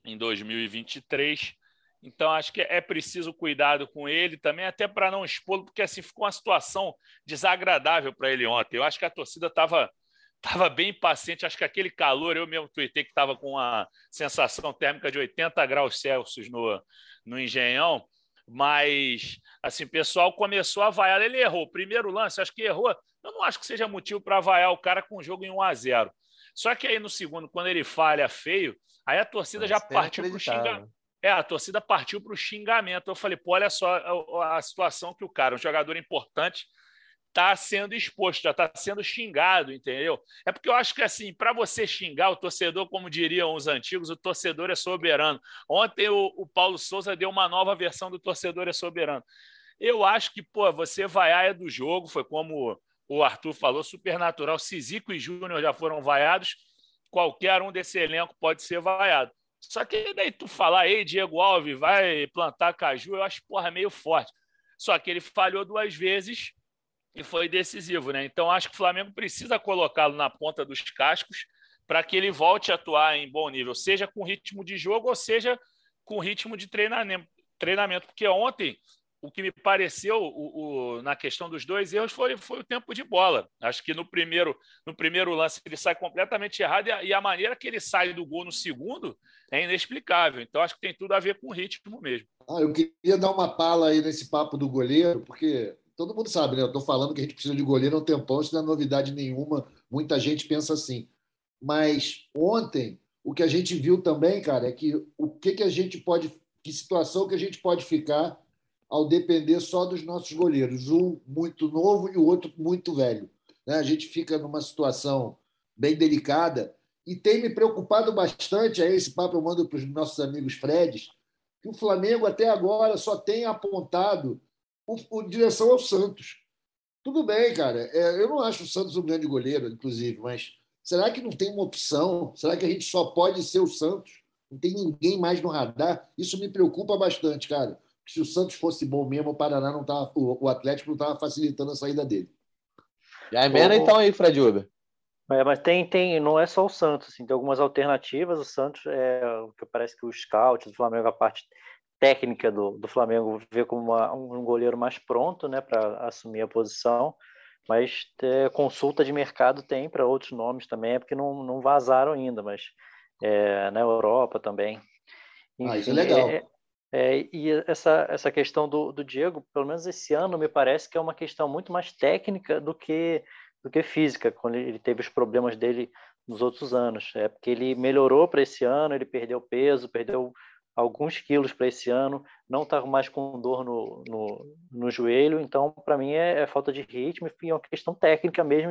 em 2023. Então, acho que é preciso cuidado com ele também, até para não expô-lo, porque assim ficou uma situação desagradável para ele ontem. Eu acho que a torcida estava bem impaciente, acho que aquele calor, eu mesmo tuitei que estava com uma sensação térmica de 80 graus Celsius no Engenhão, mas assim, o pessoal começou a vaiar, ele errou. O primeiro lance, acho que errou, eu não acho que seja motivo para vaiar o cara com o jogo em 1-0. Só que aí no segundo, quando ele falha feio, aí a torcida já partiu para o xingamento. A torcida partiu para o xingamento. Eu falei, pô, olha só a situação que o cara, um jogador importante, está sendo exposto, já está sendo xingado, entendeu? É porque eu acho que, assim, para você xingar o torcedor, como diriam os antigos, o torcedor é soberano. Ontem o Paulo Souza deu uma nova versão do torcedor é soberano. Eu acho que, pô, você vaiar é do jogo, foi como o Arthur falou, supernatural. Se Zico e Júnior já foram vaiados, qualquer um desse elenco pode ser vaiado. Só que daí tu falar, ei, Diego Alves vai plantar caju, eu acho, porra, meio forte. Só que ele falhou 2 vezes e foi decisivo, né? Então, acho que o Flamengo precisa colocá-lo na ponta dos cascos para que ele volte a atuar em bom nível, seja com ritmo de jogo ou seja com ritmo de treinamento. Porque ontem, o que me pareceu na questão dos 2 erros foi o tempo de bola. Acho que no primeiro lance ele sai completamente errado e a maneira que ele sai do gol no segundo é inexplicável. Então, acho que tem tudo a ver com o ritmo mesmo. Eu queria dar uma pala aí nesse papo do goleiro, porque todo mundo sabe, né? Eu estou falando que a gente precisa de goleiro há um tempão, isso não é novidade nenhuma, muita gente pensa assim. Mas ontem, o que a gente viu também, cara, é que que situação que a gente pode ficar ao depender só dos nossos goleiros, um muito novo e o outro muito velho, né? A gente fica numa situação bem delicada e tem me preocupado bastante, aí esse papo eu mando para os nossos amigos Freds, que o Flamengo até agora só tem apontado direção ao Santos. Tudo bem, cara, eu não acho o Santos um grande goleiro, inclusive, mas será que não tem uma opção? Será que a gente só pode ser o Santos? Não tem ninguém mais no radar? Isso me preocupa bastante, cara. Se o Santos fosse bom mesmo, o Paraná não tava, o Atlético não estava facilitando a saída dele. Já emenda então aí, Fred Uber. Mas não é só o Santos, assim, tem algumas alternativas. O Santos, o que parece que o scout do Flamengo, a parte técnica do Flamengo, vê como um goleiro mais pronto, né, para assumir a posição, mas consulta de mercado tem para outros nomes também, é porque não vazaram ainda, mas na Europa também. Enfim, isso é legal. E essa questão do Diego, pelo menos esse ano, me parece que é uma questão muito mais técnica do que física, quando ele teve os problemas dele nos outros anos. É porque ele melhorou para esse ano, ele perdeu peso, perdeu alguns quilos para esse ano, não está mais com dor no joelho, então, para mim, é falta de ritmo e é uma questão técnica mesmo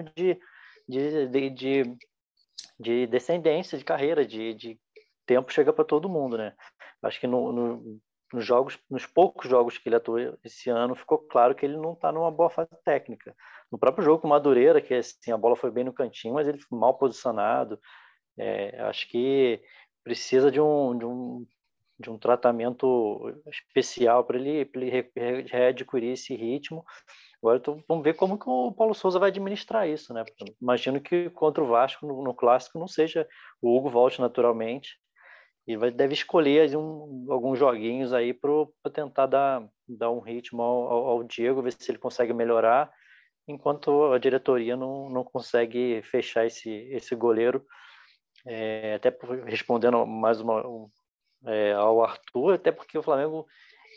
de descendência, de carreira, de tempo chega para todo mundo, né? Acho que nos poucos jogos que ele atuou esse ano, ficou claro que ele não está numa boa fase técnica. No próprio jogo com o Madureira, que assim, a bola foi bem no cantinho, mas ele foi mal posicionado. Acho que precisa de um tratamento especial para ele readquirir esse ritmo. Agora vamos ver como que o Paulo Souza vai administrar isso, né? Imagino que contra o Vasco no clássico não seja o Hugo volte naturalmente e deve escolher alguns joguinhos aí para tentar dar um ritmo ao Diego, ver se ele consegue melhorar, enquanto a diretoria não consegue fechar esse goleiro. Até respondendo mais ao Arthur, até porque o Flamengo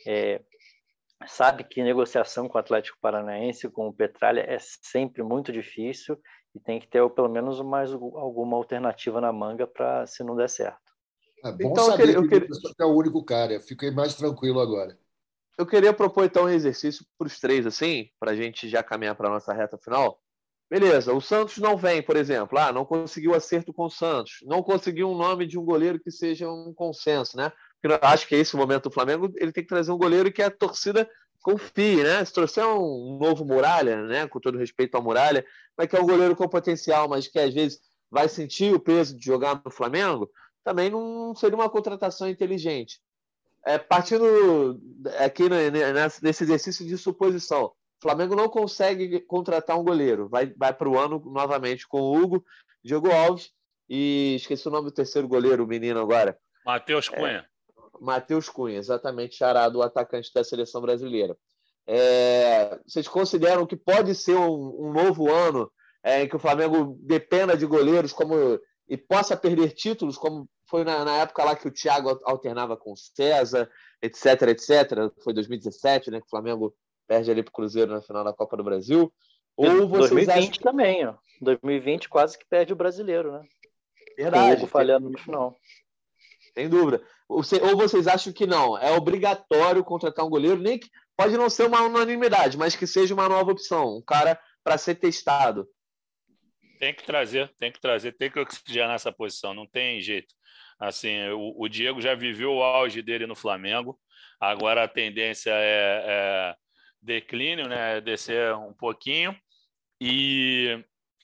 sabe que negociação com o Atlético Paranaense, com o Petralha, é sempre muito difícil e tem que ter pelo menos mais alguma alternativa na manga para se não der certo. É bom então, saber que é o único cara. Eu fiquei mais tranquilo agora. Eu queria propor, então, um exercício para os 3, assim, para a gente já caminhar para a nossa reta final. Beleza, o Santos não vem, por exemplo. Não conseguiu acerto com o Santos. Não conseguiu um nome de um goleiro que seja um consenso, né? Porque eu acho que esse momento do Flamengo, ele tem que trazer um goleiro que a torcida confie, né? Se trouxer um novo Muralha, né? Com todo respeito ao Muralha, mas que é um goleiro com potencial, mas que às vezes vai sentir o peso de jogar no Flamengo, também não seria uma contratação inteligente. Partindo aqui nesse exercício de suposição, o Flamengo não consegue contratar um goleiro, vai para o ano novamente com o Hugo, Diego Alves e esqueci o nome do terceiro goleiro, o menino agora. Matheus Cunha. Matheus Cunha, exatamente, charado, o atacante da seleção brasileira. Vocês consideram que pode ser um novo ano em que o Flamengo dependa de goleiros e possa perder títulos, como foi na época lá que o Thiago alternava com o César, etc, etc. Foi 2017, né, que o Flamengo perde ali para o Cruzeiro na final da Copa do Brasil. Ou vocês 2020 acham... também, ó. 2020 quase que perde o brasileiro, né? Verdade. Com o Hugo falhando no final. Sem dúvida. Ou vocês acham que não? É obrigatório contratar um goleiro, nem que pode não ser uma unanimidade, mas que seja uma nova opção, um cara para ser testado. Tem que trazer, tem que oxigenar essa posição, não tem jeito. Assim, o Diego já viveu o auge dele no Flamengo, agora a tendência é declínio, né? Descer um pouquinho. E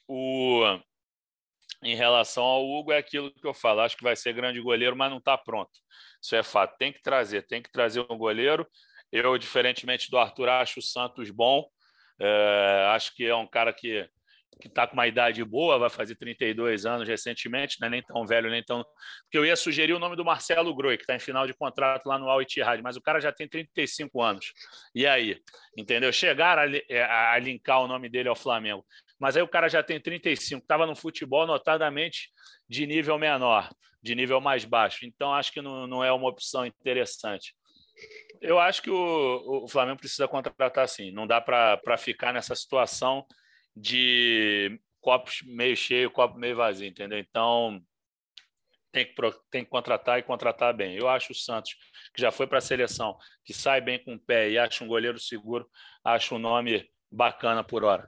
em relação ao Hugo, é aquilo que eu falo, acho que vai ser grande goleiro, mas não está pronto. Isso é fato, tem que trazer um goleiro. Eu, diferentemente do Arthur, acho o Santos bom, acho que é um cara que está com uma idade boa, vai fazer 32 anos recentemente, não é nem tão velho, nem tão... Porque eu ia sugerir o nome do Marcelo Groi, que está em final de contrato lá no Al Ittihad, mas o cara já tem 35 anos. E aí? Entendeu? Chegaram a linkar o nome dele ao Flamengo. Mas aí o cara já tem 35, estava no futebol notadamente de nível menor, de nível mais baixo. Então, acho que não é uma opção interessante. Eu acho que o Flamengo precisa contratar sim. Não dá para ficar nessa situação de copos meio cheio, copo meio vazio, entendeu? Então, tem que contratar e contratar bem. Eu acho o Santos, que já foi para a seleção, que sai bem com o pé e acha um goleiro seguro, acho um nome bacana por hora.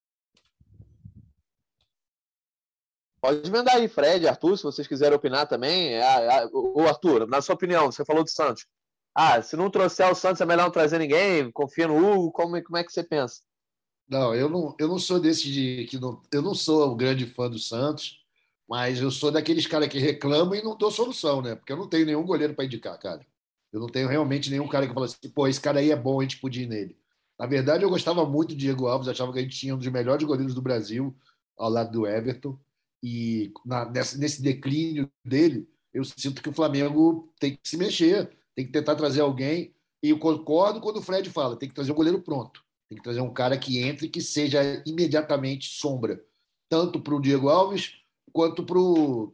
Pode emendar aí, Fred, Arthur, se vocês quiserem opinar também. Ô, Arthur, na sua opinião, você falou do Santos. Se não trouxer o Santos, é melhor não trazer ninguém? Confia no Hugo? Como é que você pensa? Não, eu não sou desse eu não sou um grande fã do Santos, mas eu sou daqueles caras que reclamam e não dou solução, né? Porque eu não tenho nenhum goleiro para indicar, cara. Eu não tenho realmente nenhum cara que fala assim, pô, esse cara aí é bom, a gente podia ir nele. Na verdade, eu gostava muito do Diego Alves, achava que a gente tinha um dos melhores goleiros do Brasil, ao lado do Everton. E nesse declínio dele, eu sinto que o Flamengo tem que se mexer, tem que tentar trazer alguém. E eu concordo quando o Fred fala, tem que trazer um goleiro pronto. Tem que trazer um cara que entre e que seja imediatamente sombra, tanto para o Diego Alves quanto para o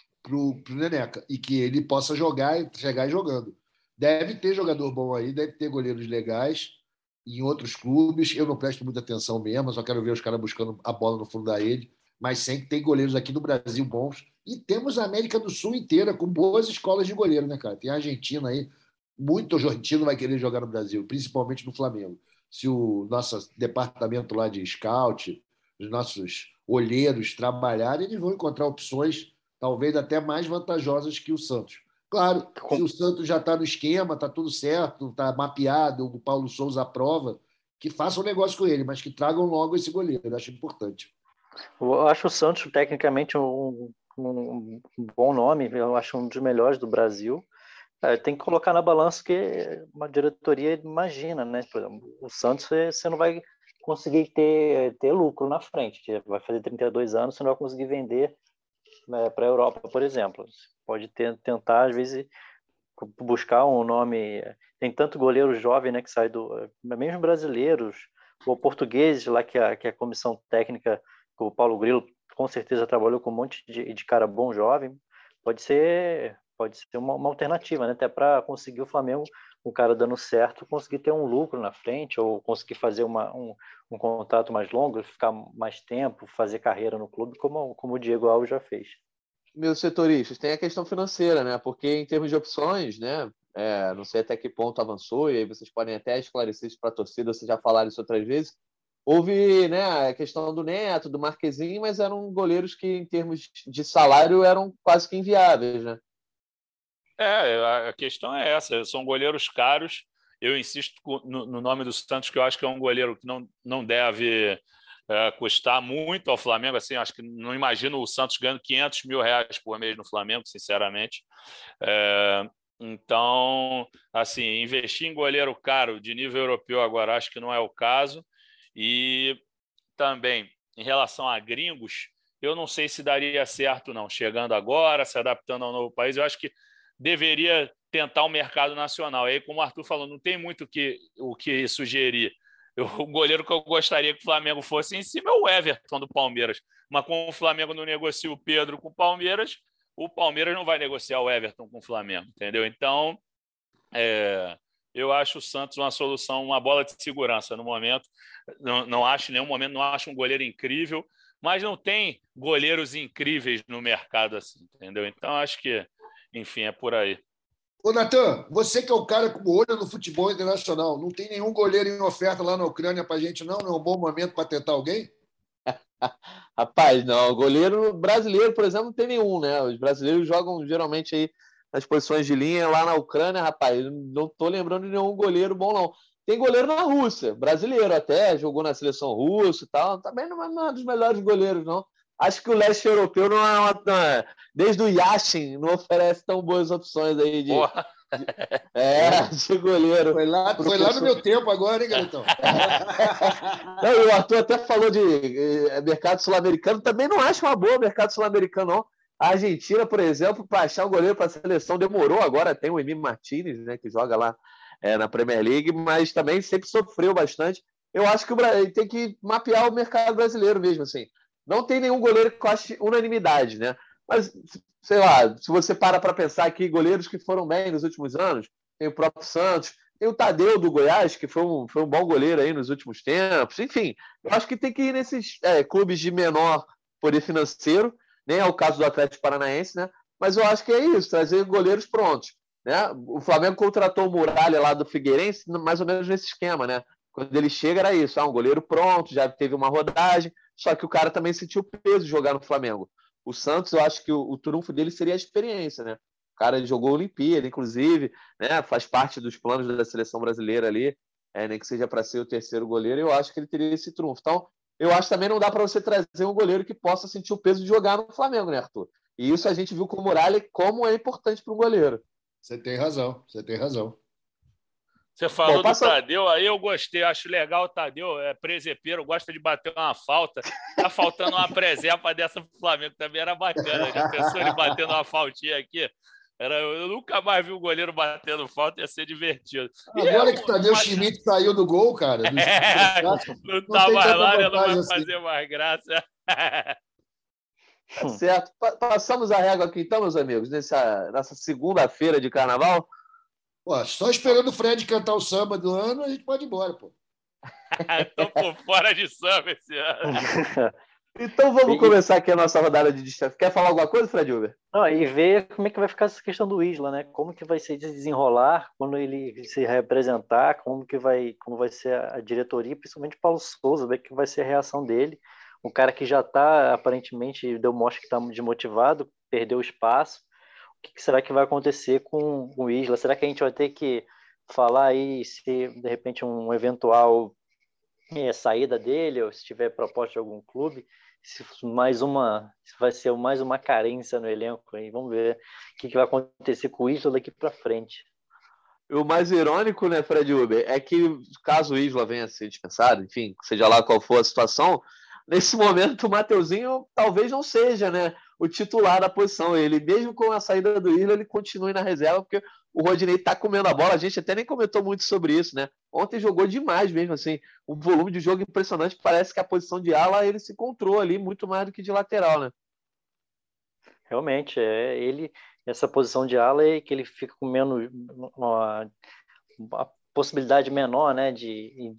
Neneca, e que ele possa jogar e chegar jogando. Deve ter jogador bom aí, deve ter goleiros legais em outros clubes. Eu não presto muita atenção mesmo, só quero ver os caras buscando a bola no fundo da rede. Mas sempre tem goleiros aqui no Brasil bons. E temos a América do Sul inteira com boas escolas de goleiro, né, cara? Tem a Argentina aí, muito argentino vai querer jogar no Brasil, principalmente no Flamengo. Se o nosso departamento lá de scout, os nossos olheiros trabalharem, eles vão encontrar opções talvez até mais vantajosas que o Santos. Claro, se o Santos já está no esquema, está tudo certo, está mapeado, o Paulo Souza aprova, que façam um negócio com ele, mas que tragam logo esse goleiro, eu acho importante. Eu acho o Santos tecnicamente um bom nome, eu acho um dos melhores do Brasil. Tem que colocar na balança que uma diretoria imagina, né? Por exemplo, o Santos você não vai conseguir ter lucro na frente, que vai fazer 32 anos, você não vai conseguir vender, né, para a Europa, por exemplo. Você pode tentar, às vezes, buscar um nome. Tem tanto goleiro jovem, né, que sai mesmo brasileiros, ou portugueses lá, que a comissão técnica, o Paulo Grilo com certeza trabalhou com um monte de cara bom jovem. Pode ser uma alternativa, né? Até para conseguir o Flamengo, um cara dando certo, conseguir ter um lucro na frente, ou conseguir fazer um contrato mais longo, ficar mais tempo, fazer carreira no clube, como o Diego Alves já fez. Meus setoristas, tem a questão financeira, né? Porque em termos de opções, né? Não sei até que ponto avançou, e aí vocês podem até esclarecer isso para a torcida, vocês já falaram isso outras vezes. Houve, né, a questão do Neto, do Marquezinho, mas eram goleiros que, em termos de salário, eram quase que inviáveis, né? A questão é essa, são goleiros caros. Eu insisto no nome do Santos, que eu acho que é um goleiro que não deve custar muito ao Flamengo. Assim, acho que não imagino o Santos ganhando R$500 mil por mês no Flamengo, sinceramente. Então, assim, investir em goleiro caro de nível europeu agora acho que não é o caso. E também, em relação a gringos, eu não sei se daria certo, não. Chegando agora, se adaptando ao novo país, eu acho que deveria tentar o mercado nacional. Aí, como o Arthur falou, não tem muito o que sugerir. O goleiro que eu gostaria que o Flamengo fosse em cima é o Everton do Palmeiras. Mas como o Flamengo não negocia o Pedro com o Palmeiras não vai negociar o Everton com o Flamengo, entendeu? Então, eu acho o Santos uma solução, uma bola de segurança no momento. Não acho em nenhum momento, não acho um goleiro incrível, mas não tem goleiros incríveis no mercado assim, entendeu? Então, acho que, enfim, é por aí. Ô, Natan, você que é o cara com o olho no futebol internacional, não tem nenhum goleiro em oferta lá na Ucrânia para a gente, não? Não é um bom momento para tentar alguém? Rapaz, não. Goleiro brasileiro, por exemplo, não tem nenhum, né? Os brasileiros jogam geralmente aí nas posições de linha lá na Ucrânia, rapaz. Não estou lembrando de nenhum goleiro bom, não. Tem goleiro na Rússia, brasileiro até, jogou na seleção russa e tal. Também não é dos melhores goleiros, não. Acho que o leste europeu não é desde o Yashin não oferece tão boas opções aí de goleiro. Foi lá no meu tempo agora, hein, garotão? Não, o Arthur até falou de mercado sul-americano. Também não acho uma boa mercado sul-americano, não. A Argentina, por exemplo, para achar um goleiro para a seleção demorou. Agora tem o Emi Martinez, né, que joga lá na Premier League, mas também sempre sofreu bastante. Eu acho que o Brasil tem que mapear o mercado brasileiro mesmo, assim. Não tem nenhum goleiro que eu ache unanimidade, né? Mas, sei lá, se você para pensar aqui, goleiros que foram bem nos últimos anos, tem o próprio Santos, tem o Tadeu do Goiás, que foi um bom goleiro aí nos últimos tempos. Enfim, eu acho que tem que ir nesses clubes de menor poder financeiro, nem é o caso do Atlético Paranaense, né? Mas eu acho que é isso, trazer goleiros prontos, né? O Flamengo contratou o Muralha lá do Figueirense, mais ou menos nesse esquema, né? Quando ele chega era isso, um goleiro pronto, já teve uma rodagem, só que o cara também sentiu o peso de jogar no Flamengo. O Santos, eu acho que o trunfo dele seria a experiência, né? O cara jogou a Olimpíada, inclusive, né? Faz parte dos planos da seleção brasileira ali, nem que seja para ser o terceiro goleiro, eu acho que ele teria esse trunfo. Então, eu acho que também não dá para você trazer um goleiro que possa sentir o peso de jogar no Flamengo, né, Arthur? E isso a gente viu com o Muralha como é importante para um goleiro. Você tem razão. Você falou do Tadeu, aí eu gostei, acho legal o Tadeu, presepeiro, gosta de bater uma falta. Tá faltando uma presepa dessa pro Flamengo, também era bacana. Já pensou ele batendo uma faltinha aqui? Eu nunca mais vi um goleiro batendo falta, ia ser divertido. Agora que o Tadeu Schmidt saiu do gol, cara. Não tá mais lá, né? Não vai fazer mais graça. Certo. Passamos a régua aqui então, meus amigos, nessa segunda-feira de carnaval. Pô, só esperando o Fred cantar o samba do ano, a gente pode ir embora, pô. Tô por fora de samba esse ano. Então vamos começar aqui a nossa rodada de destaque. Quer falar alguma coisa, Fred Uber? Não, e ver como é que vai ficar essa questão do Isla, né? Como que vai se desenrolar quando ele se representar, como vai ser a diretoria, principalmente Paulo Souza, ver que vai ser a reação dele. Um cara que já está, aparentemente, deu mostra que está desmotivado, perdeu o espaço. O que será que vai acontecer com o Isla? Será que a gente vai ter que falar aí se, de repente, um eventual saída dele, ou se tiver proposta de algum clube, se vai ser mais uma carência no elenco aí? Vamos ver o que vai acontecer com o Isla daqui para frente. O mais irônico, né, Fred Uber, é que caso o Isla venha a ser dispensado, enfim, seja lá qual for a situação, nesse momento o Mateuzinho talvez não seja, né, o titular da posição. Ele, mesmo com a saída do Isla, ele continue na reserva, porque o Rodinei está comendo a bola. A gente até nem comentou muito sobre isso, né? Ontem jogou demais mesmo, assim. O volume de jogo impressionante. Parece que a posição de ala ele se encontrou ali muito mais do que de lateral, né? Realmente, essa posição de ala é que ele fica com menos uma possibilidade menor, né, de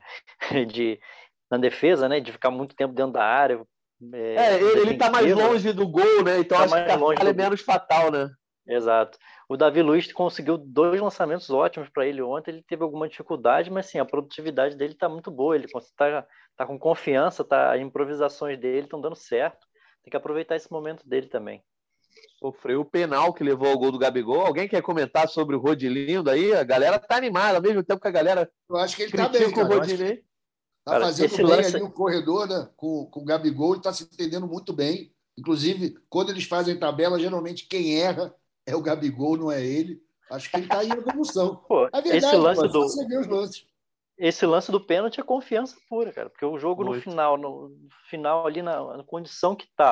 na defesa, né, de ficar muito tempo dentro da área. Ele está mais longe do gol, né? Então acho que a falha é menos fatal, né? Exato. O Davi Luiz conseguiu 2 lançamentos ótimos para ele ontem. Ele teve alguma dificuldade, mas sim, a produtividade dele está muito boa. Ele está com confiança, as improvisações dele estão dando certo. Tem que aproveitar esse momento dele também. Sofreu o penal que levou ao gol do Gabigol. Alguém quer comentar sobre o Rodilindo aí? A galera tá animada, ao mesmo tempo que a galera. Eu acho que ele tá bem, cara. O Rodinei. Tá fazendo bem ali o corredor, né? Com o Gabigol, ele está se entendendo muito bem. Inclusive, quando eles fazem tabela, geralmente quem erra é o Gabigol, não é ele. Acho que ele está em evolução. Pô, é verdade, você vê os lances. Esse lance do pênalti é confiança pura, cara. Porque o jogo no final ali na condição que estava,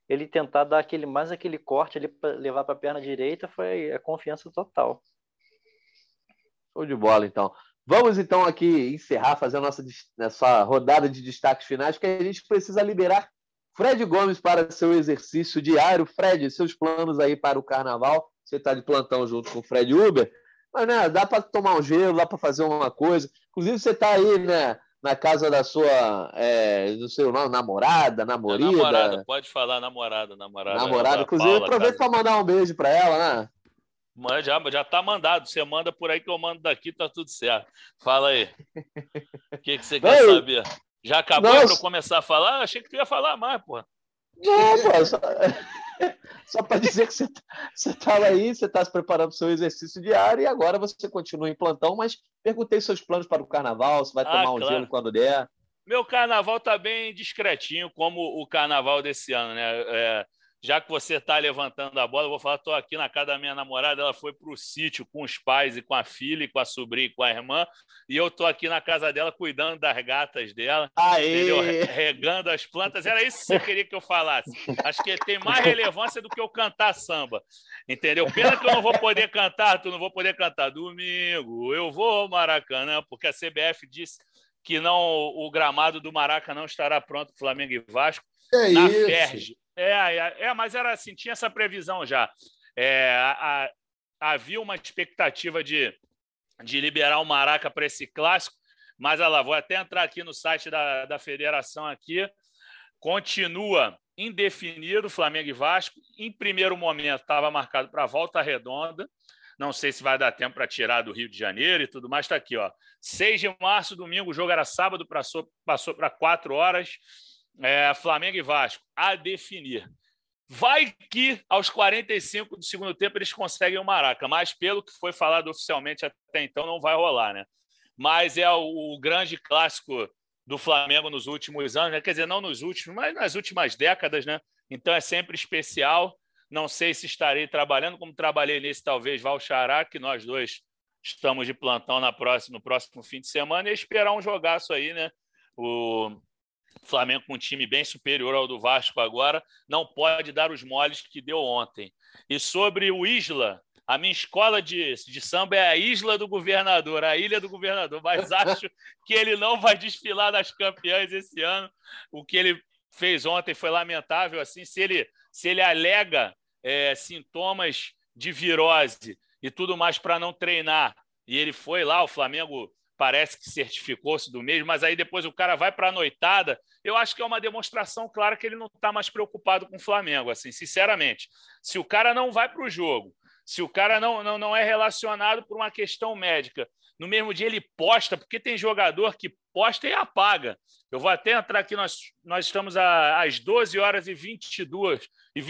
ele tentar dar aquele corte ali para levar para a perna direita, foi a confiança total. Show de bola, então. Vamos, então, aqui encerrar, fazer a nossa rodada de destaques finais, porque a gente precisa liberar Fred Gomes para seu exercício diário. Fred, seus planos aí para o Carnaval. Você está de plantão junto com o Fred Uber, mas né, dá para tomar um gelo, dá para fazer uma coisa. Inclusive, você está aí, né, na casa da sua, do seu namorada, namorida. Namorada, pode falar namorada. Namorada, inclusive, aproveita para mandar um beijo para ela, né? Mas já tá mandado. Você manda por aí que eu mando daqui, tá tudo certo. Fala aí. O que você quer saber? Já acabou para eu começar a falar? Achei que tu ia falar mais, pô. Não, pô, só para dizer que você estava aí, você está se preparando para o seu exercício diário e agora você continua em plantão, mas perguntei seus planos para o Carnaval, se vai tomar um gelo quando der. Meu Carnaval tá bem discretinho, como o Carnaval desse ano, né? Já que você está levantando a bola, eu vou falar, estou aqui na casa da minha namorada, ela foi para o sítio com os pais e com a filha, e com a sobrinha e com a irmã, e eu estou aqui na casa dela cuidando das gatas dela, entendeu? Regando as plantas. Era isso que você queria que eu falasse. Acho que tem mais relevância do que eu cantar samba, entendeu? Pena que eu não vou poder cantar, tu não vou poder cantar. Domingo eu vou ao Maracanã, porque a CBF disse que não, o gramado do Maracanã estará pronto para Flamengo e Vasco. Na Ferge. Mas era assim, tinha essa previsão já. Havia uma expectativa de liberar o Maraca para esse clássico, mas olha lá, vou até entrar aqui no site da federação aqui. Continua indefinido Flamengo e Vasco. Em primeiro momento estava marcado para Volta Redonda. Não sei se vai dar tempo para tirar do Rio de Janeiro e tudo mais. Está aqui, ó. 6 de março, domingo, o jogo era sábado, passou para 4 horas. Flamengo e Vasco, a definir. Vai que aos 45 do segundo tempo eles conseguem o Maraca, mas pelo que foi falado oficialmente até então não vai rolar, né? Mas é o grande clássico do Flamengo nos últimos anos, né? Quer dizer, não nos últimos, mas nas últimas décadas, né? Então é sempre especial. Não sei se estarei trabalhando, como trabalhei nesse, talvez vá o Xará, que nós dois estamos de plantão no próximo fim de semana, e esperar um jogaço aí, né? O Flamengo com um time bem superior ao do Vasco agora, não pode dar os moles que deu ontem. E sobre o Isla, a minha escola de samba é a Isla do Governador, a Ilha do Governador, mas acho que ele não vai desfilar nas campeãs esse ano. O que ele fez ontem foi lamentável. Assim, se ele alega sintomas de virose e tudo mais para não treinar, e ele foi lá, o Flamengo parece que certificou-se do mesmo, mas aí depois o cara vai para a noitada. Eu acho que é uma demonstração clara que ele não está mais preocupado com o Flamengo, assim, sinceramente. Se o cara não vai para o jogo, se o cara não é relacionado por uma questão médica, no mesmo dia ele posta, porque tem jogador que posta e apaga. Eu vou até entrar aqui, nós estamos às 12 horas e 22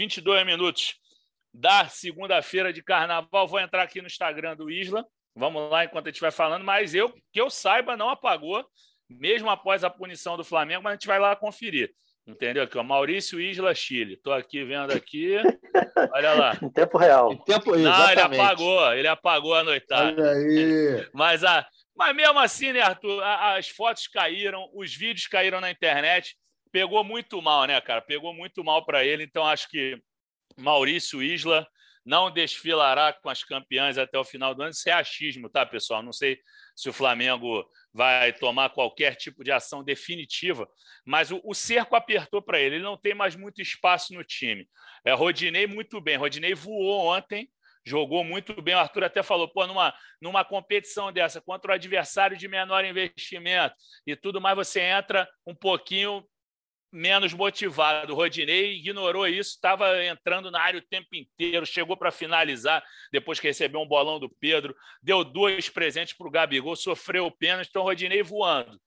minutos da segunda-feira de Carnaval. Vou entrar aqui no Instagram do Isla. Vamos lá enquanto a gente vai falando, mas que eu saiba, não apagou, mesmo após a punição do Flamengo, mas a gente vai lá conferir. Entendeu? Aqui, ó, Maurício Isla, Chile. Estou aqui vendo aqui. Olha lá. Em tempo real. Não, ele apagou a noitada. Olha aí. Mas mesmo assim, né, Arthur, as fotos caíram, os vídeos caíram na internet. Pegou muito mal, né, cara? Pegou muito mal para ele. Então, acho que Maurício Isla não desfilará com as campeãs até o final do ano. Isso é achismo, tá, pessoal? Não sei se o Flamengo vai tomar qualquer tipo de ação definitiva, mas o cerco apertou para ele. Ele não tem mais muito espaço no time. Rodinei muito bem. Rodinei voou ontem, jogou muito bem. O Arthur até falou, numa competição dessa, contra o adversário de menor investimento e tudo mais, você entra um pouquinho menos motivado. O Rodinei ignorou isso, estava entrando na área o tempo inteiro, chegou para finalizar depois que recebeu um bolão do Pedro, deu 2 presentes para o Gabigol, sofreu o pênalti, então o Rodinei voando.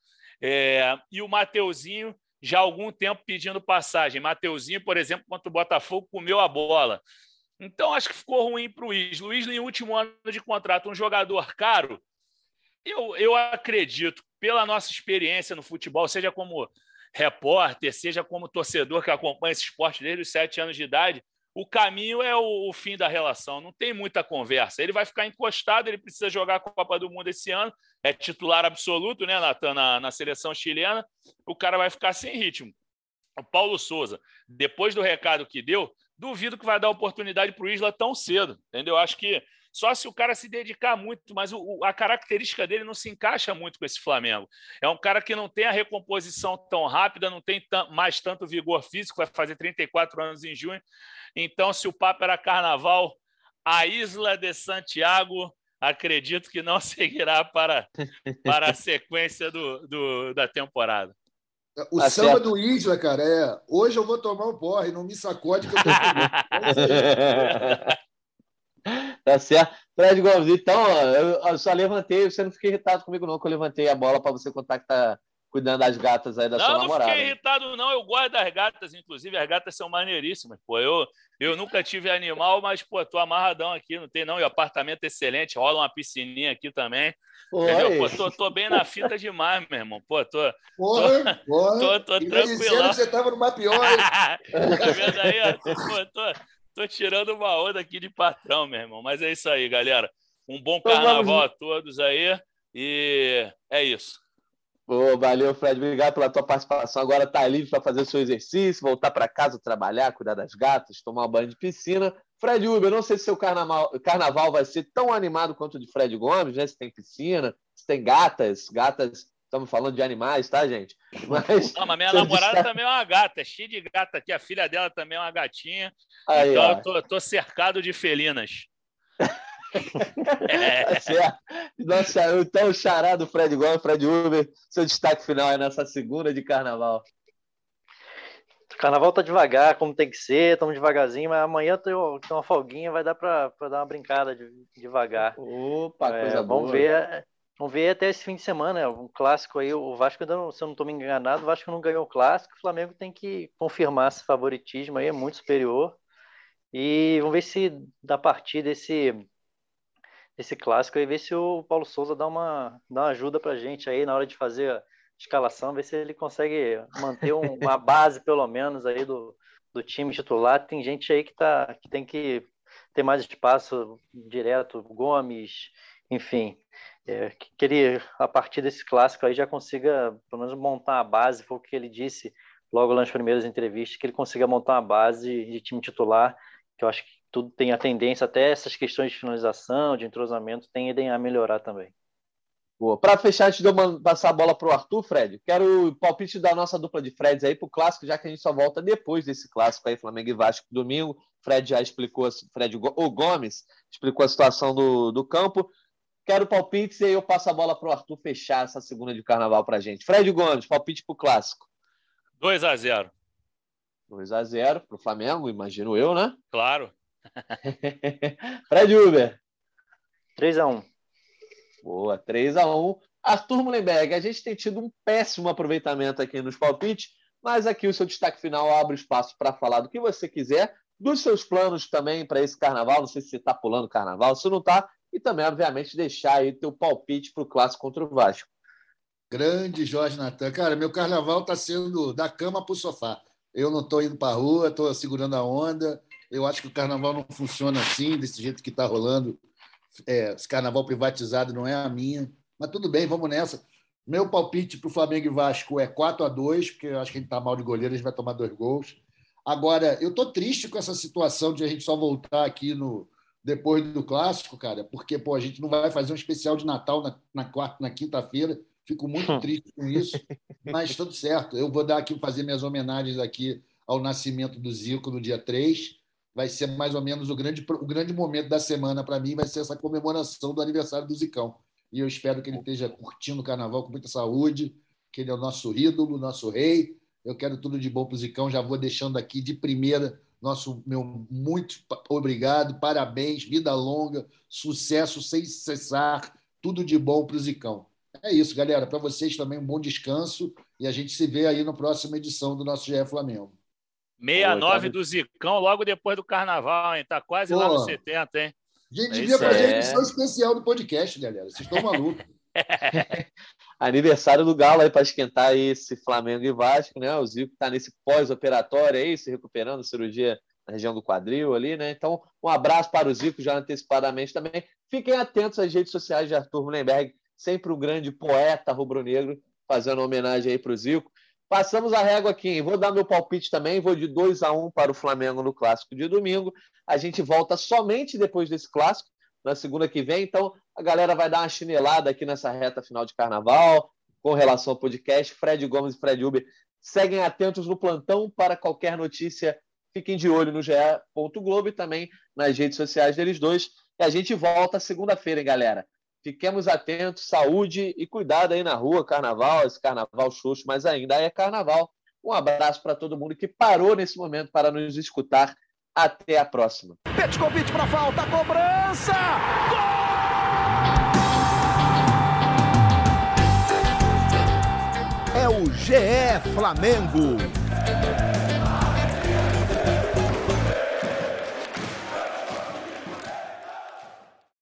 E o Mateuzinho já há algum tempo pedindo passagem. Mateuzinho, por exemplo, contra o Botafogo, comeu a bola. Então acho que ficou ruim para o Isla. O Isla, em último ano de contrato, um jogador caro, eu acredito, pela nossa experiência no futebol, seja como repórter, seja como torcedor que acompanha esse esporte desde os 7 anos de idade, o caminho é o fim da relação, não tem muita conversa. Ele vai ficar encostado, ele precisa jogar a Copa do Mundo esse ano, é titular absoluto, né, Natan, na seleção chilena, o cara vai ficar sem ritmo. o Paulo Souza, depois do recado que deu, duvido que vai dar oportunidade para o Isla tão cedo, entendeu? Acho que só se o cara se dedicar muito, mas a característica dele não se encaixa muito com esse Flamengo. É um cara que não tem a recomposição tão rápida, não tem mais tanto vigor físico, vai fazer 34 anos em junho. Então, se o papo era carnaval, a Isla de Santiago, acredito que não seguirá para a sequência da temporada. O samba certo do Isla, cara, hoje eu vou tomar um porre, não me sacode que eu tô Tá certo. Fred Gomes, então, eu só levantei, você não fica irritado comigo não, que eu levantei a bola para você contar que tá cuidando das gatas aí da sua namorada. Não fiquei irritado não, eu gosto das gatas, inclusive as gatas são maneiríssimas, pô, eu nunca tive animal, mas, pô, tô amarradão aqui, não tem não, e o apartamento é excelente, rola uma piscininha aqui também, entendeu? Pô, tô bem na fita demais, meu irmão, pô, tô tranquilo. Você tava numa pior, tá vendo aí? Pô, tô tirando uma onda aqui de patrão, meu irmão, mas é isso aí, galera, um bom carnaval a todos aí, e é isso. Valeu, Fred. Obrigado pela tua participação. Agora tá livre para fazer o seu exercício, voltar para casa, trabalhar, cuidar das gatas, tomar um banho de piscina. Fred Uber, não sei se seu carnaval vai ser tão animado quanto o de Fred Gomes, né? Se tem piscina, se tem gatas. Gatas, estamos falando de animais, tá, gente? Mas minha namorada também é uma gata, é cheia de gata aqui. A filha dela também é uma gatinha. Aí, então, eu tô cercado de felinas. Tá certo. Nossa, então o xará do Fred Gomes, Fred Uber, seu destaque final é nessa segunda de carnaval. O carnaval tá devagar, como tem que ser, estamos devagarzinho, mas amanhã tem uma folguinha, vai dar para dar uma brincada devagar. Opa, coisa boa. Vamos ver até esse fim de semana, um clássico aí, o Vasco ainda não, se eu não estou me enganado, o Vasco não ganhou o clássico, o Flamengo tem que confirmar esse favoritismo aí, é muito superior, e vamos ver se da partida esse clássico aí, ver se o Paulo Souza dá uma ajuda pra gente aí na hora de fazer a escalação, ver se ele consegue manter uma base, pelo menos, aí do time titular. Tem gente aí que tem que ter mais espaço direto, Gomes, enfim. Que ele, a partir desse clássico aí, já consiga, pelo menos, montar a base, foi o que ele disse logo nas primeiras entrevistas, que ele consiga montar uma base de time titular, que eu acho que tudo tem a tendência, até essas questões de finalização, de entrosamento, tendem a melhorar também. Boa. Para fechar, antes de eu passar a bola para o Arthur, Fred, quero o palpite da nossa dupla de Freds aí para o clássico, já que a gente só volta depois desse clássico aí, Flamengo e Vasco, domingo. Fred já explicou, o Gomes explicou a situação do campo. Quero palpites e aí eu passo a bola para o Arthur fechar essa segunda de carnaval para a gente. Fred Gomes, palpite para o clássico. 2-0. 2-0 para o Flamengo, imagino eu, né? Claro. Fred Uber. 3-1. Boa, 3-1. Arthur Mullenberg, a gente tem tido um péssimo aproveitamento aqui nos palpites, mas aqui o seu destaque final abre espaço para falar do que você quiser, dos seus planos também para esse carnaval, não sei se você está pulando carnaval, se não está, e também, obviamente, deixar aí teu palpite para o clássico contra o Vasco. Grande Jorge Natan. Cara, meu carnaval está sendo da cama para o sofá. Eu não estou indo para a rua, estou segurando a onda. Eu acho que o carnaval não funciona assim, desse jeito que está rolando. Esse carnaval privatizado não é a minha. Mas tudo bem, vamos nessa. Meu palpite para o Flamengo e Vasco é 4-2, porque eu acho que a gente está mal de goleiro, a gente vai tomar 2 gols. Agora, eu estou triste com essa situação de a gente só voltar aqui depois do Clássico, cara, porque a gente não vai fazer um especial de Natal na quinta-feira. Fico muito triste com isso, mas tudo certo. Eu vou fazer minhas homenagens aqui ao nascimento do Zico no dia 3. Vai ser mais ou menos o grande momento da semana para mim, vai ser essa comemoração do aniversário do Zicão. E eu espero que ele esteja curtindo o carnaval com muita saúde, que ele é o nosso ídolo, nosso rei. Eu quero tudo de bom para o Zicão. Já vou deixando aqui de primeira meu muito obrigado, parabéns, vida longa, sucesso sem cessar, tudo de bom para o Zicão. É isso, galera. Para vocês também um bom descanso e a gente se vê aí na próxima edição do nosso GE Flamengo. 69 do Zicão, logo depois do carnaval, hein? Tá quase lá no 70, hein? A gente devia fazer edição especial do podcast, galera. Vocês estão malucos. Aniversário do Galo aí para esquentar esse Flamengo e Vasco, né? O Zico está nesse pós-operatório aí, se recuperando, cirurgia na região do quadril ali, né? Então, um abraço para o Zico já antecipadamente também. Fiquem atentos às redes sociais de Arthur Mullenberg, sempre um grande poeta rubro-negro, fazendo homenagem aí para o Zico. Passamos a régua aqui, hein? Vou dar meu palpite também, vou de 2-1 para o Flamengo no clássico de domingo. A gente volta somente depois desse clássico, na segunda que vem, então a galera vai dar uma chinelada aqui nessa reta final de carnaval, com relação ao podcast. Fred Gomes e Fred Uber seguem atentos no plantão para qualquer notícia. Fiquem de olho no ge.globo e também nas redes sociais deles dois. E a gente volta segunda-feira, hein, galera? Fiquemos atentos, saúde e cuidado aí na rua, carnaval, esse carnaval xoxo, mas ainda é carnaval. Um abraço para todo mundo que parou nesse momento para nos escutar. Até a próxima. Petkovic para falta, cobrança! Gol! É o GE Flamengo.